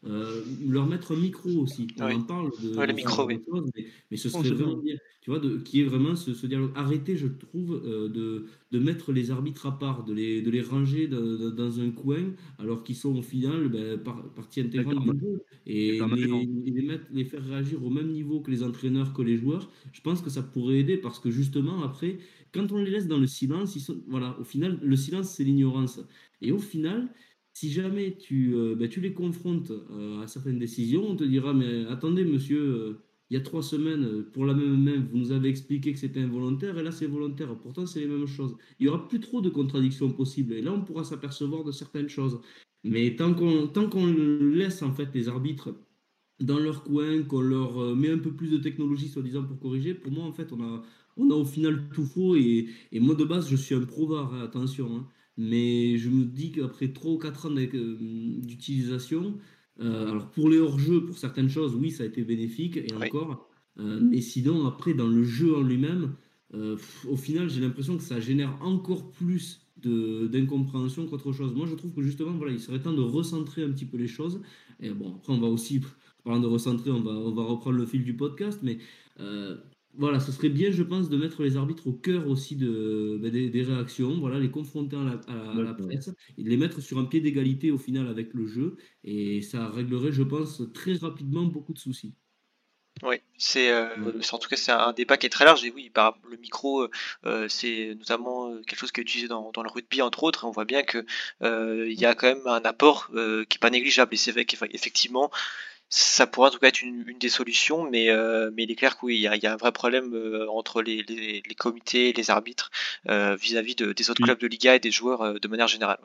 leur mettre un micro aussi. On Oui, en parle ouais, le de ce micro, genre de oui. choses, mais ce Non, serait c'est vraiment bien. bien, tu vois, qu'il y ait vraiment ce dialogue. Arrêtez, je trouve, de mettre les arbitres à part, de les ranger dans un coin, alors qu'ils sont au final partie intégrante D'accord, du bah, jeu. je te Et remercie. les faire réagir au même niveau que les entraîneurs, que les joueurs, je pense que ça pourrait aider, parce que justement, après, quand on les laisse dans le silence, voilà, au final, le silence, c'est l'ignorance. Et au final, si jamais tu les confrontes à certaines décisions, on te dira, mais attendez, monsieur, il y a 3 semaines, pour la même main, vous nous avez expliqué que c'était involontaire, et là c'est volontaire. Pourtant, c'est les mêmes choses. Il y aura plus trop de contradictions possibles, et là on pourra s'apercevoir de certaines choses. Mais tant qu'on laisse en fait les arbitres dans leur coin, qu'on leur met un peu plus de technologie soi-disant pour corriger, pour moi en fait on a au final tout faux, et moi de base je suis un pro VAR, hein, attention, hein. Mais je me dis qu'après 3 ou 4 ans d'utilisation, alors pour les hors-jeux, pour certaines choses, oui ça a été bénéfique, et Oui. encore, mais sinon après dans le jeu en lui-même, au final j'ai l'impression que ça génère encore plus d'incompréhension qu'autre chose. Moi je trouve que justement voilà, il serait temps de recentrer un petit peu les choses. Et bon, après on va aussi, parlant de recentrer, on va reprendre le fil du podcast, mais euh, voilà, ce serait bien, je pense, de mettre les arbitres au cœur aussi des réactions, voilà, les confronter à la D'accord. presse, et les mettre sur un pied d'égalité au final avec le jeu, et ça réglerait, je pense, très rapidement beaucoup de soucis. Oui, Voilà. en tout cas c'est un débat qui est très large et oui, le micro, c'est notamment quelque chose qui est utilisé dans le rugby entre autres. Et on voit bien que il y a quand même un apport qui est pas négligeable et c'est vrai qu'effectivement ça pourrait en tout cas être une des solutions, mais il est clair que oui, il y a un vrai problème entre les comités, les arbitres vis-à-vis des autres Puis, clubs de Liga et des joueurs de manière générale.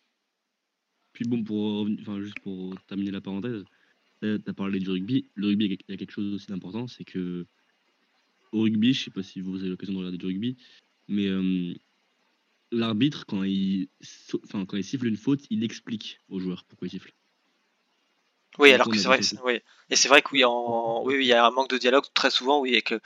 puis bon, enfin, juste pour terminer la parenthèse, tu as parlé du rugby. Le rugby, il y a quelque chose aussi d'important, c'est que au rugby, je sais pas si vous avez l'occasion de regarder du rugby, mais l'arbitre, quand il siffle une faute, il explique aux joueurs pourquoi il siffle. Oui, Des alors fois, que on a c'est des vrai, fautes. oui. Et c'est vrai que oui, il y a un manque de dialogue très souvent, oui, et que,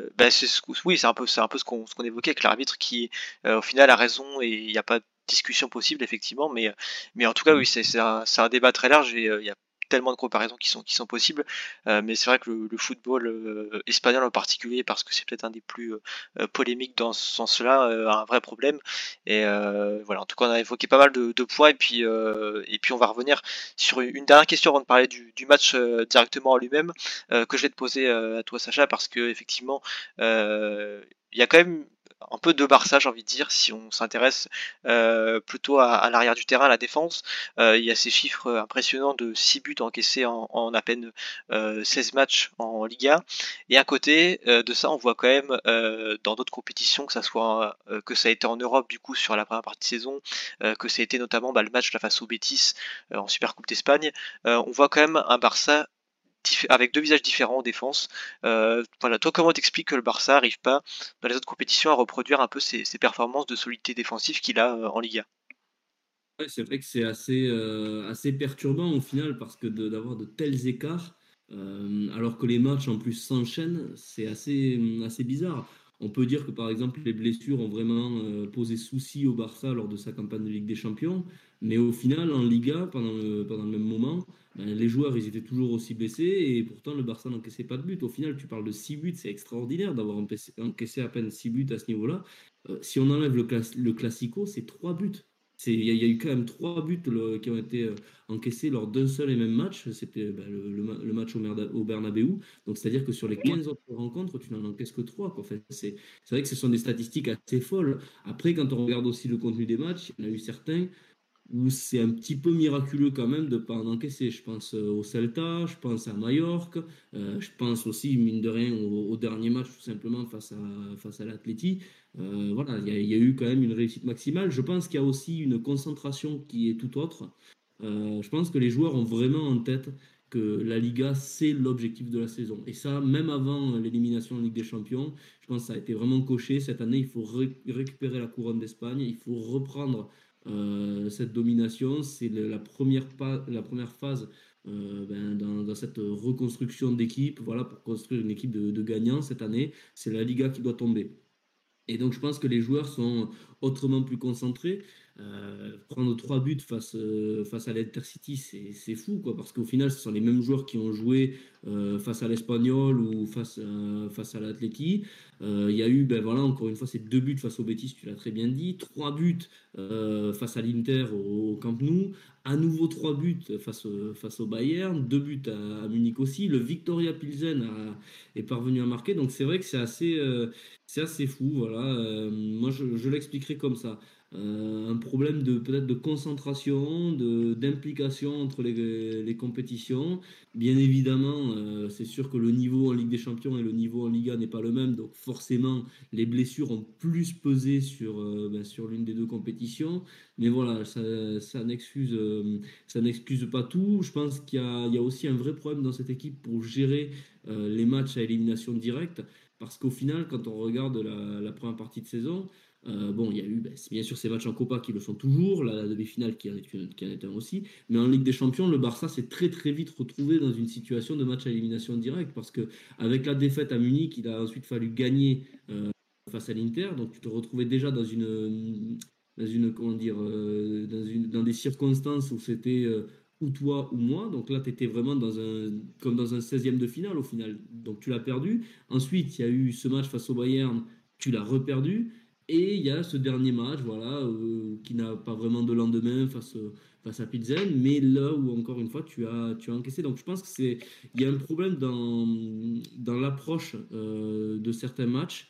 oui, c'est un peu ce qu'on évoquait avec l'arbitre qui, au final, a raison et il n'y a pas de discussion possible, effectivement, mais en tout cas, oui, Mhm. c'est un débat très large et il y a tellement de comparaisons qui sont possibles, mais c'est vrai que le football espagnol en particulier, parce que c'est peut-être un des plus polémiques dans ce sens-là, a un vrai problème. Et voilà, en tout cas, on a évoqué pas mal de points et puis on va revenir sur une dernière question avant de parler du match directement en lui-même, que je vais te poser à toi Sacha, parce que effectivement il y a quand même un peu de Barça, j'ai envie de dire, si on s'intéresse plutôt à l'arrière du terrain, à la défense. Il y a ces chiffres impressionnants de 6 buts encaissés en à peine 16 matchs en Liga. Et à côté de ça, on voit quand même dans d'autres compétitions, que ça a été en Europe du coup sur la première partie de saison, que ça a été notamment le match là, face au Betis en Supercoupe d'Espagne, on voit quand même un Barça avec deux visages différents en défense. Voilà, toi, comment t'expliques que le Barça arrive pas dans les autres compétitions à reproduire un peu ses performances de solidité défensive qu'il a en Liga? Ouais, c'est vrai que c'est assez perturbant au final, parce que d'avoir de tels écarts, alors que les matchs en plus s'enchaînent, c'est assez bizarre. On peut dire que par exemple les blessures ont vraiment posé souci au Barça lors de sa campagne de Ligue des Champions, mais au final en Liga, pendant le même moment, ben, les joueurs ils étaient toujours aussi blessés, et pourtant le Barça n'encaissait pas de but. Au final, tu parles de 6 buts, c'est extraordinaire d'avoir encaissé à peine 6 buts à ce niveau-là. Si on enlève le Classico, c'est 3 buts. Il y a eu quand même 3 buts qui ont été encaissés lors d'un seul et même match. C'était le match au Bernabéu. Donc, c'est-à-dire que sur les 15 autres rencontres, tu n'en encaisses que 3, quoi. Enfin, c'est vrai que ce sont des statistiques assez folles. Après, quand on regarde aussi le contenu des matchs, il y en a eu certains où c'est un petit peu miraculeux quand même de ne pas en encaisser. Je pense au Celta, je pense à Majorque, je pense aussi, mine de rien, au dernier match, tout simplement, face à l'Atleti. Voilà, il y a eu quand même une réussite maximale. Je pense qu'il y a aussi une concentration qui est tout autre. Je pense que les joueurs ont vraiment en tête que la Liga, c'est l'objectif de la saison. Et ça, même avant l'élimination en Ligue des Champions, je pense que ça a été vraiment coché. Cette année, il faut récupérer la couronne d'Espagne, il faut reprendre cette domination. C'est la première phase dans cette reconstruction d'équipe, voilà, pour construire une équipe de gagnants cette année. C'est la Liga qui doit tomber. Et donc, je pense que les joueurs sont autrement plus concentrés. Prendre 3 buts face à l'Intercity, c'est fou, quoi, parce qu'au final, ce sont les mêmes joueurs qui ont joué face à l'Espanyol ou face à l'Atleti. Il y a eu, ben voilà, encore une fois, ces 2 buts face au Betis, tu l'as très bien dit, 3 buts face à l'Inter au Camp Nou, à nouveau 3 buts face au Bayern, 2 buts à Munich aussi. Le Victoria Pilsen est parvenu à marquer, donc c'est vrai que c'est assez fou. Voilà. Moi, je l'expliquerai comme ça. Un problème peut-être de concentration, d'implication entre les compétitions. Bien évidemment, c'est sûr que le niveau en Ligue des Champions et le niveau en Liga n'est pas le même, donc forcément les blessures ont plus pesé sur l'une des deux compétitions. Mais voilà, ça n'excuse pas tout. Je pense qu'il y a aussi un vrai problème dans cette équipe pour gérer les matchs à élimination directe, parce qu'au final, quand on regarde la première partie de saison, bon, il y a eu, c'est bien sûr ces matchs en Copa qui le sont toujours, la demi-finale qui en est un aussi, mais en Ligue des Champions, le Barça s'est très très vite retrouvé dans une situation de match à élimination directe, parce que avec la défaite à Munich, il a ensuite fallu gagner face à l'Inter, donc tu te retrouvais déjà dans une comment dire, dans des circonstances où c'était ou toi ou moi, donc là tu étais vraiment comme dans un 16e de finale au final, donc tu l'as perdu. Ensuite, il y a eu ce match face au Bayern, tu l'as reperdu. Et il y a ce dernier match, voilà, qui n'a pas vraiment de lendemain face à Pilsen, mais là où encore une fois tu as encaissé. Donc je pense il y a un problème dans l'approche de certains matchs.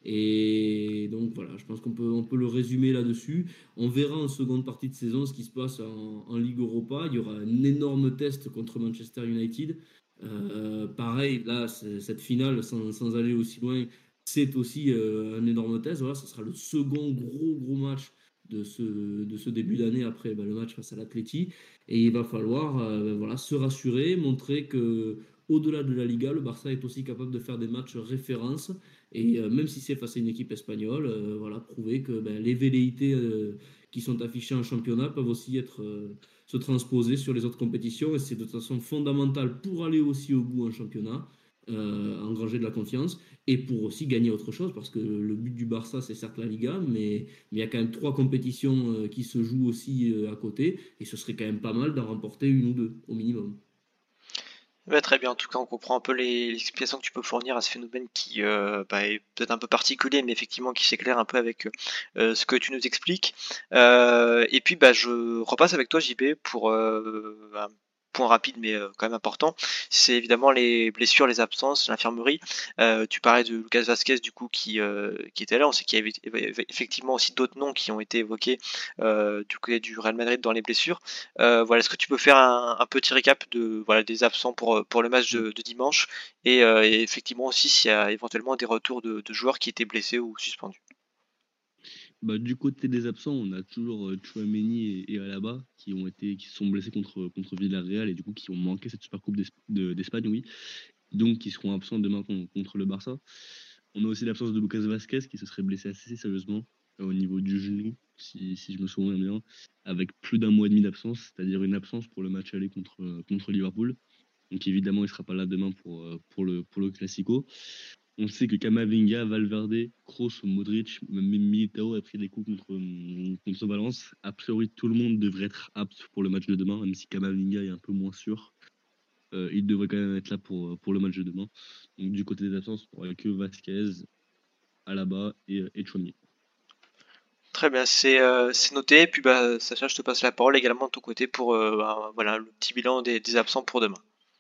Et donc voilà, je pense qu'on peut le résumer là-dessus. On verra en seconde partie de saison ce qui se passe en Ligue Europa. Il y aura un énorme test contre Manchester United. Pareil, là, cette finale, sans aller aussi loin, c'est aussi un énorme test. Voilà, ce sera le second gros match de ce début d'année après le match face à l'Atleti. Et il va falloir voilà, se rassurer, montrer que au-delà de la Liga, le Barça est aussi capable de faire des matchs références. Et même si c'est face à une équipe espagnole, voilà, prouver que les velléités qui sont affichées en championnat peuvent aussi se transposer sur les autres compétitions. Et c'est de toute façon fondamental pour aller aussi au bout en championnat, engranger de la confiance et pour aussi gagner autre chose, parce que le but du Barça, c'est certes la Liga, mais il y a quand même 3 compétitions qui se jouent aussi à côté, et ce serait quand même pas mal d'en remporter une ou deux, au minimum. Ouais, très bien. En tout cas, on comprend un peu les explications que tu peux fournir à ce phénomène qui est peut-être un peu particulier, mais effectivement qui s'éclaire un peu avec ce que tu nous expliques. Et puis, je repasse avec toi, JB, pour un point rapide, mais quand même important. C'est évidemment les blessures, les absences, l'infirmerie. Tu parlais de Lucas Vasquez, du coup, qui était là. On sait qu'il y avait effectivement aussi d'autres noms qui ont été évoqués du côté du Real Madrid dans les blessures. Voilà, est-ce que tu peux faire un petit récap des absents pour le match de dimanche et effectivement aussi s'il y a éventuellement des retours de joueurs qui étaient blessés ou suspendus. Du côté des absents, on a toujours Tchouaméni et Alaba qui se sont blessés contre Villarreal et du coup qui ont manqué cette Supercoupe d'Espagne, oui. Donc qui seront absents demain contre le Barça. On a aussi l'absence de Lucas Vasquez qui se serait blessé assez sérieusement au niveau du genou, si je me souviens bien, avec plus d'un mois et demi d'absence, c'est-à-dire une absence pour le match aller contre Liverpool. Donc évidemment, il ne sera pas là demain pour le Classico. On sait que Camavinga, Valverde, Kroos, Modric, même Militao a pris des coups contre Valence. A priori, tout le monde devrait être apte pour le match de demain, même si Camavinga est un peu moins sûr. Il devrait quand même être là pour le match de demain. Donc du côté des absences, on n'aura que Vasquez, Alaba et Tchouaméni. Très bien, c'est noté. Puis Sacha, je te passe la parole également de ton côté pour le petit bilan des absents pour demain.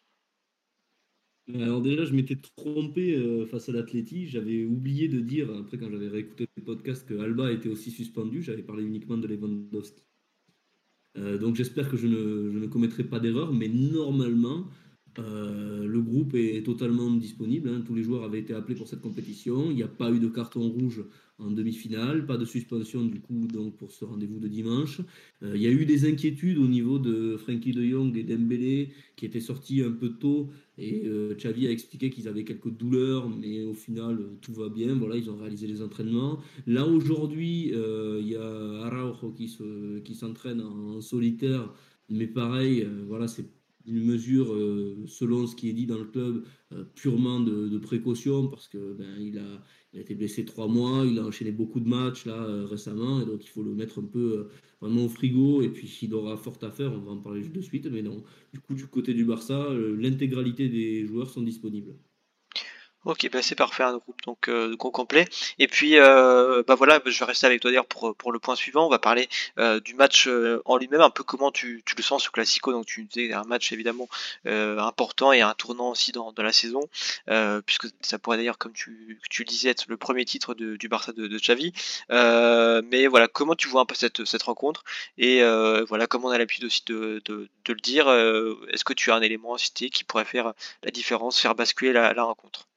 Alors déjà, je m'étais trompé face à l'Atleti. J'avais oublié de dire, après quand j'avais réécouté le podcast, que Alba était aussi suspendu. J'avais parlé uniquement de Lewandowski. Donc j'espère que je ne commettrai pas d'erreur, mais normalement, le groupe est totalement disponible. Tous les joueurs avaient été appelés pour cette compétition. Il n'y a pas eu de carton rouge en demi-finale, pas de suspension du coup donc pour ce rendez-vous de dimanche. Il y a eu des inquiétudes au niveau de Frenkie de Jong et Dembélé qui étaient sortis un peu tôt, et Xavi a expliqué qu'ils avaient quelques douleurs, mais au final tout va bien. Voilà, ils ont réalisé les entraînements. Là aujourd'hui, il y a Araujo qui s'entraîne en solitaire, mais pareil, voilà, c'est une mesure, selon ce qui est dit dans le club, purement de précaution, parce que Il a été blessé 3 mois, il a enchaîné beaucoup de matchs là récemment, et donc il faut le mettre un peu vraiment au frigo. Et puis il aura fort à faire, on va en parler de suite. Mais non, du coup, du côté du Barça, l'intégralité des joueurs sont disponibles. Ok, bah c'est parfait, un groupe donc complet. Et puis bah voilà, bah, je vais rester avec toi d'ailleurs pour le point suivant. On va parler du match en lui-même, un peu comment tu le sens ce Classico. Donc tu disais un match évidemment important et un tournant aussi dans la saison, puisque ça pourrait d'ailleurs, comme tu le disais, être le premier titre du Barça de Xavi. Mais voilà, comment tu vois un peu cette rencontre et voilà, comme on a l'habitude aussi de le dire, est-ce que tu as un élément à citer qui pourrait faire la différence, faire basculer la rencontre?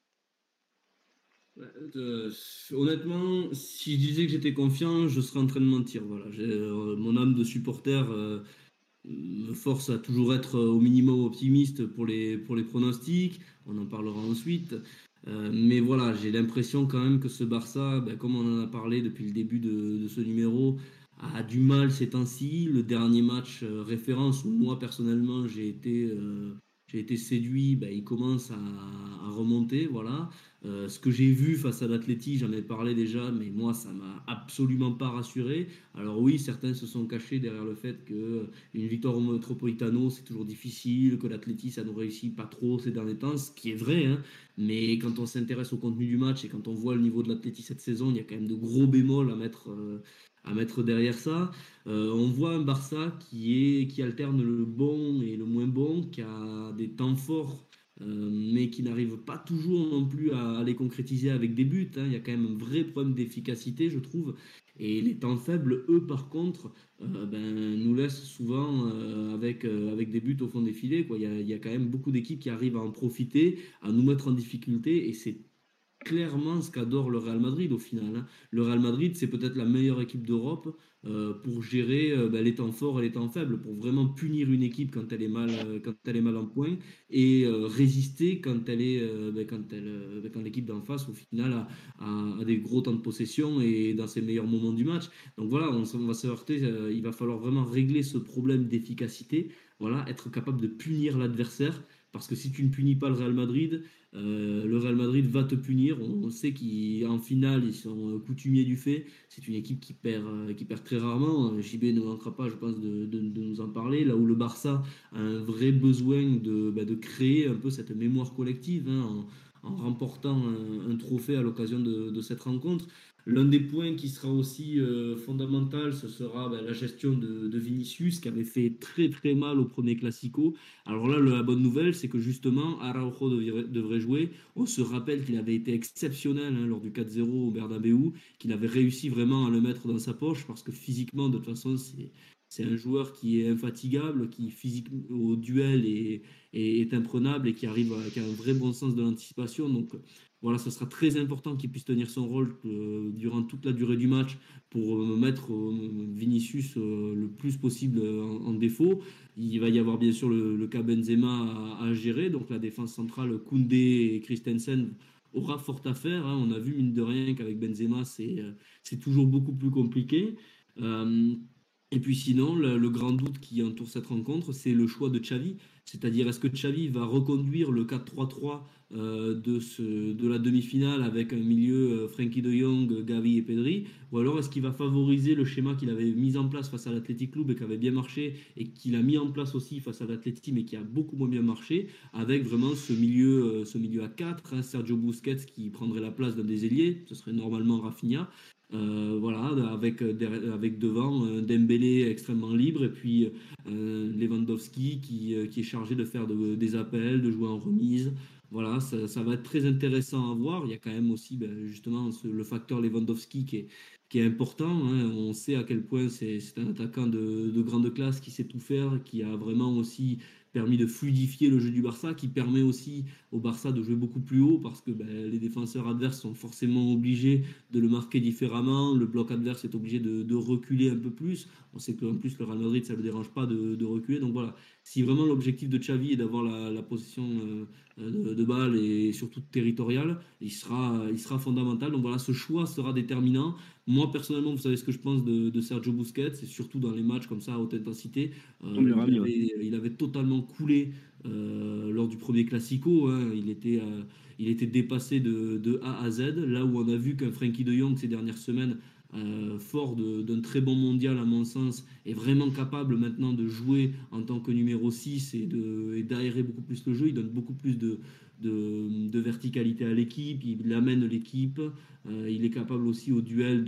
Euh, Honnêtement, si je disais que j'étais confiant, je serais en train de mentir. Voilà, mon âme de supporter me force à toujours être au minimum optimiste pour les pronostics. On en parlera ensuite. Mais voilà, j'ai l'impression quand même que ce Barça, ben, comme on en a parlé depuis le début de ce numéro, a du mal ces temps-ci. Le dernier match référence où moi personnellement j'ai été séduit, ben, il commence à remonter. Voilà. Ce que j'ai vu face à l'Atleti, j'en ai parlé déjà, mais moi ça m'a absolument pas rassuré. Alors oui, certains se sont cachés derrière le fait que une victoire au Metropolitano, c'est toujours difficile, que l'Atleti, ça ne réussit pas trop ces derniers temps, ce qui est vrai, hein. Mais quand on s'intéresse au contenu du match et quand on voit le niveau de l'Atleti cette saison, il y a quand même de gros bémols à mettre derrière ça. On voit un Barça qui alterne le bon et le moins bon, qui a des temps forts. Mais qui n'arrive pas toujours non plus à les concrétiser avec des buts, hein. Il y a quand même un vrai problème d'efficacité, je trouve. Et les temps faibles, eux, par contre, ben, nous laisse souvent avec des buts au fond des filets, quoi. Il y a quand même beaucoup d'équipes qui arrivent à en profiter, à nous mettre en difficulté, et c'est clairement ce qu'adore le Real Madrid au final, hein. Le Real Madrid, c'est peut-être la meilleure équipe d'Europe pour gérer ben, les temps forts et les temps faibles, pour vraiment punir une équipe quand elle est mal en point, et résister quand l'équipe d'en face, au final, a des gros temps de possession et dans ses meilleurs moments du match. Donc voilà, on va se heurter, il va falloir vraiment régler ce problème d'efficacité, voilà, être capable de punir l'adversaire, parce que si tu ne punis pas le Real Madrid va te punir. On sait qu'en finale, ils sont coutumiers du fait. C'est une équipe qui perd très rarement. JB ne manquera pas, je pense, de nous en parler. Là où le Barça a un vrai besoin de créer un peu cette mémoire collective, hein, en remportant un trophée à l'occasion de cette rencontre. L'un des points qui sera aussi fondamental, ce sera la gestion de Vinicius, qui avait fait très très mal au premier Classico. Alors là, la bonne nouvelle, c'est que justement, Araujo devrait jouer. On se rappelle qu'il avait été exceptionnel, hein, lors du 4-0 au Bernabeu, qu'il avait réussi vraiment à le mettre dans sa poche, parce que physiquement, de toute façon, c'est un joueur qui est infatigable, qui physiquement au duel est imprenable, et qui a un vrai bon sens de l'anticipation. Donc voilà, ce sera très important qu'il puisse tenir son rôle durant toute la durée du match, pour mettre Vinicius le plus possible en défaut. Il va y avoir bien sûr le cas Benzema à gérer, donc la défense centrale, Koundé et Christensen aura fort à faire, hein. On a vu, mine de rien, qu'avec Benzema, c'est toujours beaucoup plus compliqué. Euh, et puis sinon, le grand doute qui entoure cette rencontre, c'est le choix de Xavi. C'est-à-dire, est-ce que Xavi va reconduire le 4-3-3 de la demi-finale, avec un milieu Frenkie de Jong, Gavi et Pedri, ou alors est-ce qu'il va favoriser le schéma qu'il avait mis en place face à l'Athletic Club et qui avait bien marché, et qu'il a mis en place aussi face à l'Atleti mais qui a beaucoup moins bien marché, avec vraiment ce milieu à 4, hein, Sergio Busquets qui prendrait la place d'un des ailiers, ce serait normalement Rafinha. Voilà, avec devant Dembélé extrêmement libre, et puis Lewandowski qui est chargé de faire des appels, de jouer en remise. Voilà, ça va être très intéressant à voir. Il y a quand même aussi, ben, justement, le facteur Lewandowski qui est important, hein. On sait à quel point c'est un attaquant de grande classe, qui sait tout faire, qui a vraiment aussi permis de fluidifier le jeu du Barça, qui permet aussi au Barça de jouer beaucoup plus haut, parce que ben, les défenseurs adverses sont forcément obligés de le marquer différemment. Le bloc adverse est obligé de reculer un peu plus. On sait qu'en plus, le Real Madrid, ça ne le dérange pas de reculer. Donc voilà, si vraiment l'objectif de Xavi est d'avoir la possession de balle et surtout territorial, il sera fondamental. Donc voilà, ce choix sera déterminant. Moi, personnellement, vous savez ce que je pense de Sergio Busquets, c'est surtout dans les matchs comme ça à haute intensité. Ton meilleur ami, ouais. Il avait totalement coulé lors du premier Classico. Hein. Il était dépassé de A à Z. Là où on a vu qu'un Frankie de Jong ces dernières semaines, fort d'un très bon mondial à mon sens, est vraiment capable maintenant de jouer en tant que numéro 6 et d'aérer beaucoup plus le jeu. Il donne beaucoup plus de verticalité à l'équipe, il amène l'équipe, il est capable aussi au duel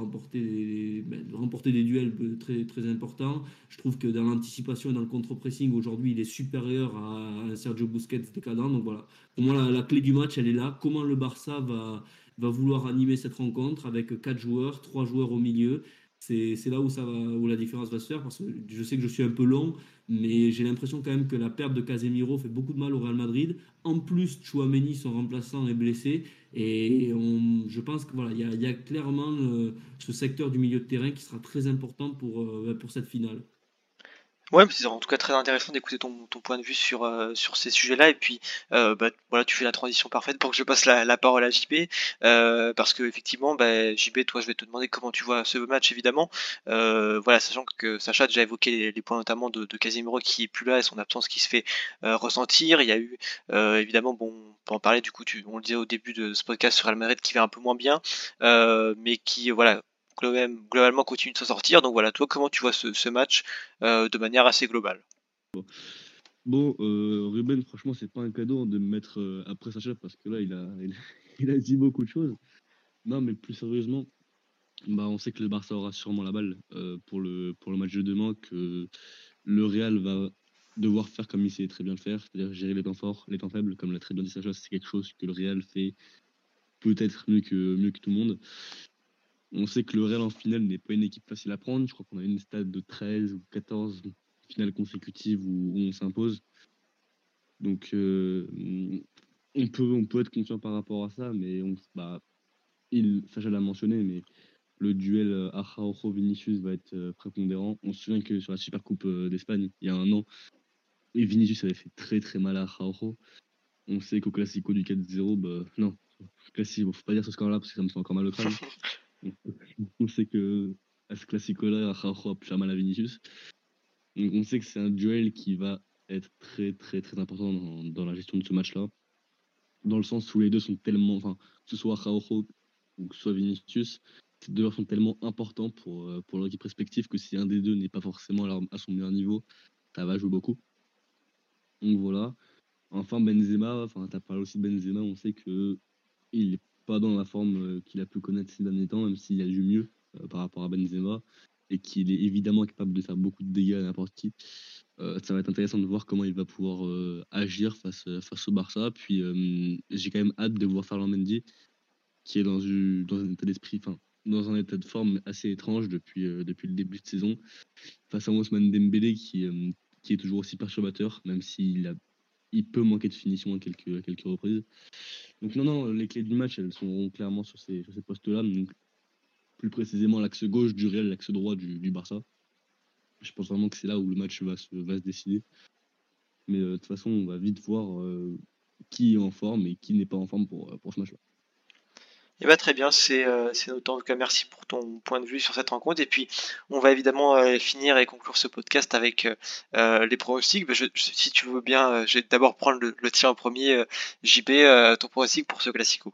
de remporter des duels très, très importants. Je trouve que dans l'anticipation et dans le contre-pressing, aujourd'hui, il est supérieur à un Sergio Busquets décadent. Donc voilà, pour moi, la clé du match, elle est là. Comment le Barça va vouloir animer cette rencontre avec 4 joueurs, 3 joueurs au milieu. C'est là où la différence va se faire, parce que je sais que je suis un peu long, mais j'ai l'impression quand même que la perte de Casemiro fait beaucoup de mal au Real Madrid. En plus, Tchouaméni, son remplaçant, est blessé. Je pense que voilà, il y a clairement ce secteur du milieu de terrain qui sera très important pour cette finale. Ouais, mais c'est en tout cas très intéressant d'écouter ton point de vue sur ces sujets-là. Et puis, bah, voilà, tu fais la transition parfaite pour que je passe la parole à JB. Parce que effectivement, bah, JB, toi, je vais te demander comment tu vois ce match, évidemment. Voilà, sachant que Sacha a déjà évoqué les points notamment de Casemiro qui est plus là et son absence qui se fait ressentir. Il y a eu, évidemment, bon, on peut en parler, du coup, on le disait au début de ce podcast sur Real Madrid qui va un peu moins bien, mais qui, voilà, globalement continue de s'en sortir. Donc voilà, toi, comment tu vois ce match de manière assez globale? Bon, Ruben, franchement, c'est pas un cadeau de me mettre après Sacha parce que là, il a dit beaucoup de choses. Non, mais plus sérieusement, bah, on sait que le Barça aura sûrement la balle pour le match de demain, que le Real va devoir faire comme il sait très bien le faire, c'est-à-dire gérer les temps forts, les temps faibles, comme l'a très bien dit Sacha, c'est quelque chose que le Real fait peut-être mieux que tout le monde. On sait que le Real en finale n'est pas une équipe facile à prendre. Je crois qu'on a une stade de 13 ou 14 finales consécutives où on s'impose. Donc, on peut être conscient par rapport à ça, mais Sacha l'a mentionné, mais le duel Araujo-Vinicius va être prépondérant. On se souvient que sur la Supercoupe d'Espagne, il y a un an, et Vinicius avait fait très très mal à Araujo. On sait qu'au Classico du 4-0, bah, non, Classico, faut pas dire ce score-là parce que ça me fait encore mal au crâne. On sait que à ce Classico-là, Araujo a pu faire mal à Vinicius. Donc on sait que c'est un duel qui va être très très très important dans la gestion de ce match-là. Dans le sens où les deux sont tellement, enfin, que ce soit Araujo ou que ce soit Vinicius, ces deux joueurs sont tellement importants pour leur équipe respective que si un des deux n'est pas forcément à son meilleur niveau, ça va jouer beaucoup. Donc voilà. Enfin, Benzema, enfin, t'as parlé aussi de Benzema, on sait que il n'est pas dans la forme qu'il a pu connaître ces derniers temps, même s'il a du mieux par rapport à Benzema, et qu'il est évidemment capable de faire beaucoup de dégâts à n'importe qui. Ça va être intéressant de voir comment il va pouvoir agir face au Barça. Puis j'ai quand même hâte de voir Ferland Mendy, qui est dans un état d'esprit, enfin, dans un état de forme assez étrange depuis le début de saison, face à Ousmane Dembélé qui est toujours aussi perturbateur, même il peut manquer de finition à quelques reprises. Donc non, les clés du match, elles sont clairement sur ces postes-là. Donc, plus précisément l'axe gauche du Real, l'axe droit du Barça. Je pense vraiment que c'est là où le match va se décider. Mais de toute façon, on va vite voir qui est en forme et qui n'est pas en forme pour ce match-là. Et bah très bien, c'est noté. En tout cas, merci pour ton point de vue sur cette rencontre. Et puis, on va évidemment finir et conclure ce podcast avec les pronostics. Bah, si tu veux bien, je vais d'abord prendre le tien en premier. JP, ton pronostic pour ce Classico.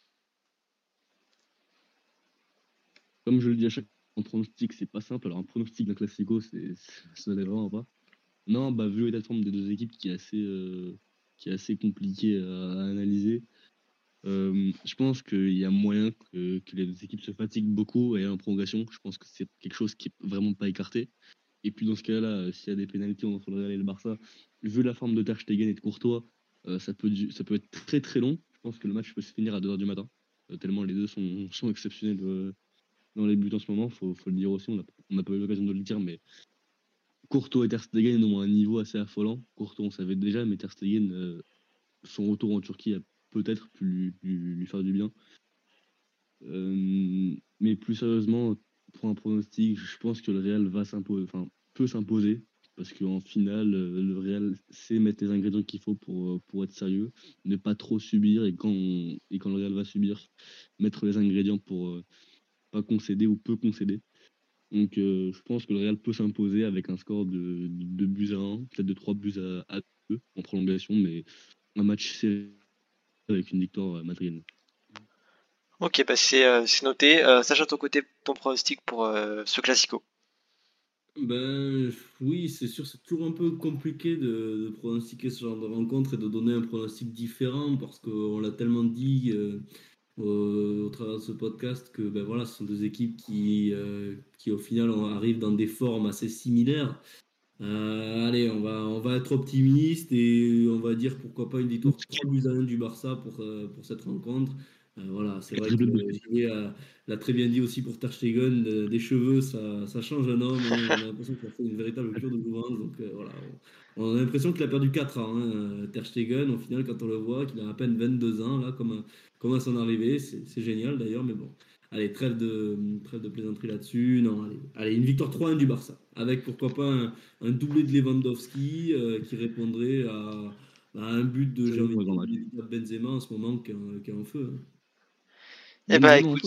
Comme je le dis à chaque fois, un pronostic, c'est pas simple. Alors, un pronostic d'un Classico, ça n'allait vraiment pas. Non, bah, vu l'état de forme des deux équipes qui est assez compliqué à analyser, je pense qu'il y a moyen que les deux équipes se fatiguent beaucoup et aient en prolongation. Je pense que c'est quelque chose qui est vraiment pas écarté. Et puis dans ce cas-là, s'il y a des pénalités entre le Real et le Barça, vu la forme de Ter Stegen et de Courtois, ça peut être très très long. Je pense que le match peut se finir à 2h du matin, tellement les deux sont exceptionnels dans les buts en ce moment. Faut le dire aussi, on n'a pas eu l'occasion de le dire, mais Courtois et Ter Stegen ont un niveau assez affolant. Courtois, on savait déjà, mais Ter Stegen, son retour en Turquie a peut-être pu lui faire du bien. Mais plus sérieusement, pour un pronostic, je pense que le Real va s'imposer, enfin, peut s'imposer. Parce qu'en finale, le Real sait mettre les ingrédients qu'il faut pour être sérieux, ne pas trop subir, et quand le Real va subir, mettre les ingrédients pour pas concéder ou peu concéder. Donc je pense que le Real peut s'imposer avec un score de 2 buts à 1, peut-être de 3 buts à 2 en prolongation, mais un match serré avec une victoire madrienne. Ok, bah c'est noté. Sacha, de ton côté, ton pronostic pour ce Classico. Ben oui, c'est sûr, c'est toujours un peu compliqué de pronostiquer ce genre de rencontre et de donner un pronostic différent parce qu'on l'a tellement dit au travers de ce podcast que ben voilà, ce sont deux équipes qui au final arrivent dans des formes assez similaires. Allez, on va être optimiste et on va dire pourquoi pas une victoire 3 buts à 1 du Barça pour cette rencontre. Voilà, c'est vrai que Gilles l'a très bien dit aussi pour Ter Stegen, des cheveux, ça change un homme, hein. On a l'impression qu'il a fait une véritable cure de jouvence. Donc voilà, on a l'impression qu'il a perdu 4 ans, hein, Ter Stegen. Au final, quand on le voit, qu'il a à peine 22 ans, là, comme à son arrivée, c'est génial d'ailleurs, mais bon. Allez, trêve de plaisanterie là-dessus. Non, allez, une victoire 3-1 du Barça. Avec pourquoi pas un doublé de Lewandowski qui répondrait à un but de, j'ai envie de dire, de Benzema en ce moment qui est en feu, hein. Eh bah écoute,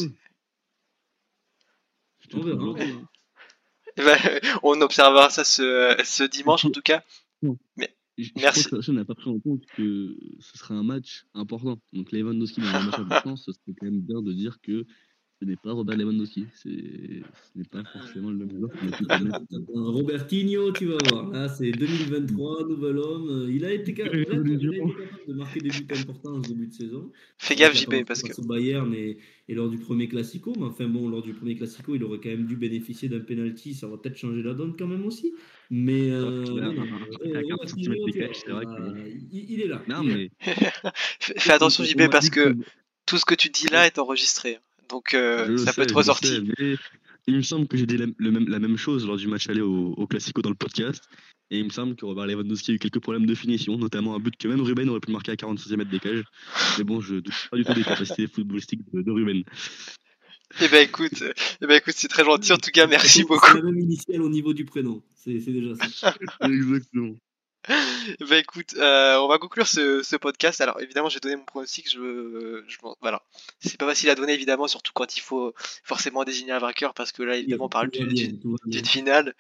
On verra. eh bah, on observera ça ce dimanche en tout cas. Mais Je merci. crois que personne n'a pas pris en compte que ce serait un match important. Donc Lewandowski dans un match important, ce serait quand même bien de dire que ce n'est pas Robert Lewandowski. Ce n'est pas forcément le même joueur qu'on a pu connaître. Robertinho, tu vas voir. Là, c'est 2023, nouvel homme. Il a été capable de marquer des buts importants en ce début de saison. Fais C'est vrai gaffe, qu'il a JB, pas parce marqué que. face au Bayern et lors du premier Classico. Mais enfin bon, lors du premier Classico, il aurait quand même dû bénéficier d'un penalty. Ça aurait peut-être changé la donne quand même aussi. Mais non, À 40 cm Robertinho, tu d'écart, vois, c'est vrai que. il est là. Non, Il est là. mais. Fais attention, JB, parce que tout ce que tu dis là est enregistré. Donc ça peut être ressorti. Mais il me semble que j'ai dit la même chose lors du match aller au Classico dans le podcast. Et il me semble que Robert Lewandowski a eu quelques problèmes de finition, notamment un but que même Ruben aurait pu marquer à 40 cm de décalage. Mais bon, je ne doute pas du tout des capacités footballistiques de Ruben. Eh ben écoute, c'est très gentil. En tout cas, merci beaucoup. C'est la même initiale au niveau du prénom. C'est déjà ça. Exactement. Bah écoute, on va conclure ce podcast. Alors évidemment, j'ai donné mon pronostic. Voilà, c'est pas facile à donner évidemment, surtout quand il faut forcément désigner un vainqueur, parce que là évidemment on parle d'une finale.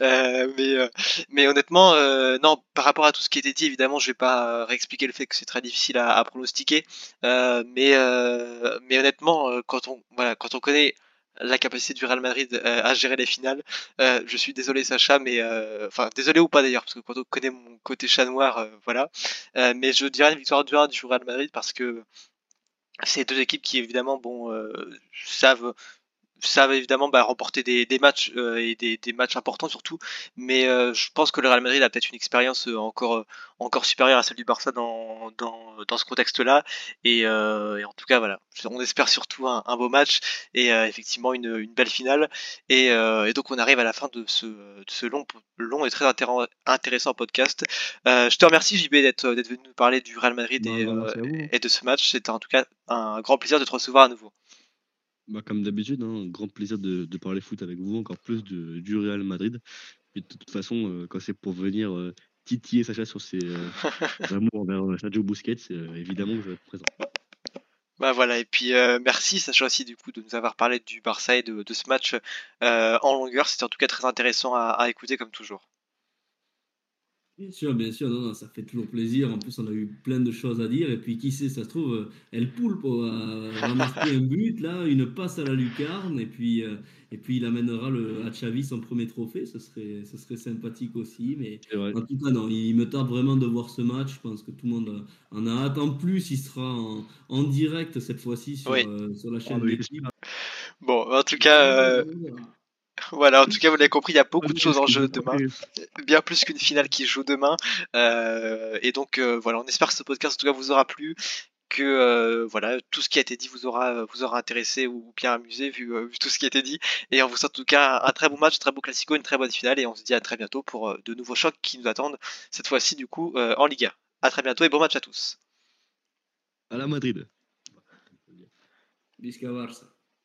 Mais honnêtement, non, par rapport à tout ce qui a été dit, évidemment, je vais pas réexpliquer le fait que c'est très difficile à pronostiquer. Mais honnêtement, quand on connaît la capacité du Real Madrid à gérer les finales. Je suis désolé Sacha, mais enfin désolé ou pas d'ailleurs, parce que quand on connaît mon côté chat noir, voilà. Mais je dirais une victoire 2-1 du Real Madrid parce que c'est deux équipes qui évidemment savent évidemment remporter des matchs et des matchs importants surtout, mais je pense que le Real Madrid a peut-être une expérience encore supérieure à celle du Barça dans ce contexte-là, et en tout cas voilà, on espère surtout un beau match et effectivement une belle finale, et donc on arrive à la fin de ce long et très intéressant podcast. Je te remercie JB d'être venu nous parler du Real Madrid et de ce match. C'était en tout cas un grand plaisir de te recevoir à nouveau. Comme d'habitude, un grand plaisir de parler foot avec vous, encore plus du Real Madrid. Et de toute façon, quand c'est pour venir titiller Sacha sur ses amours envers Sergio Busquets, évidemment que je vais être présent. Bah voilà, et puis merci Sacha aussi du coup de nous avoir parlé du Barça et de ce match en longueur. C'était en tout cas très intéressant à écouter comme toujours. Bien sûr, non, ça fait toujours plaisir. En plus, on a eu plein de choses à dire. Et puis, qui sait, ça se trouve, El Pulpo va marquer un but, là, une passe à la lucarne. Et puis il amènera à Xavi son premier trophée. Ce serait sympathique aussi. Mais en tout cas, non, il me tarde vraiment de voir ce match. Je pense que tout le monde en a hâte. En plus, il sera en direct cette fois-ci sur la chaîne de l'équipe. Bon, en tout cas. Voilà, en tout cas, vous l'avez compris, il y a beaucoup de choses en jeu demain, bien plus qu'une finale qui joue demain. Et donc, voilà, on espère que ce podcast, en tout cas, vous aura plu, que voilà, tout ce qui a été dit vous aura intéressé ou bien amusé vu tout ce qui a été dit. Et on vous souhaite en tout cas un très bon match, un très beau classico, une très bonne finale. Et on se dit à très bientôt pour de nouveaux chocs qui nous attendent, cette fois-ci, du coup, en Liga. À très bientôt et bon match à tous. À la Madrid. Visca Barça.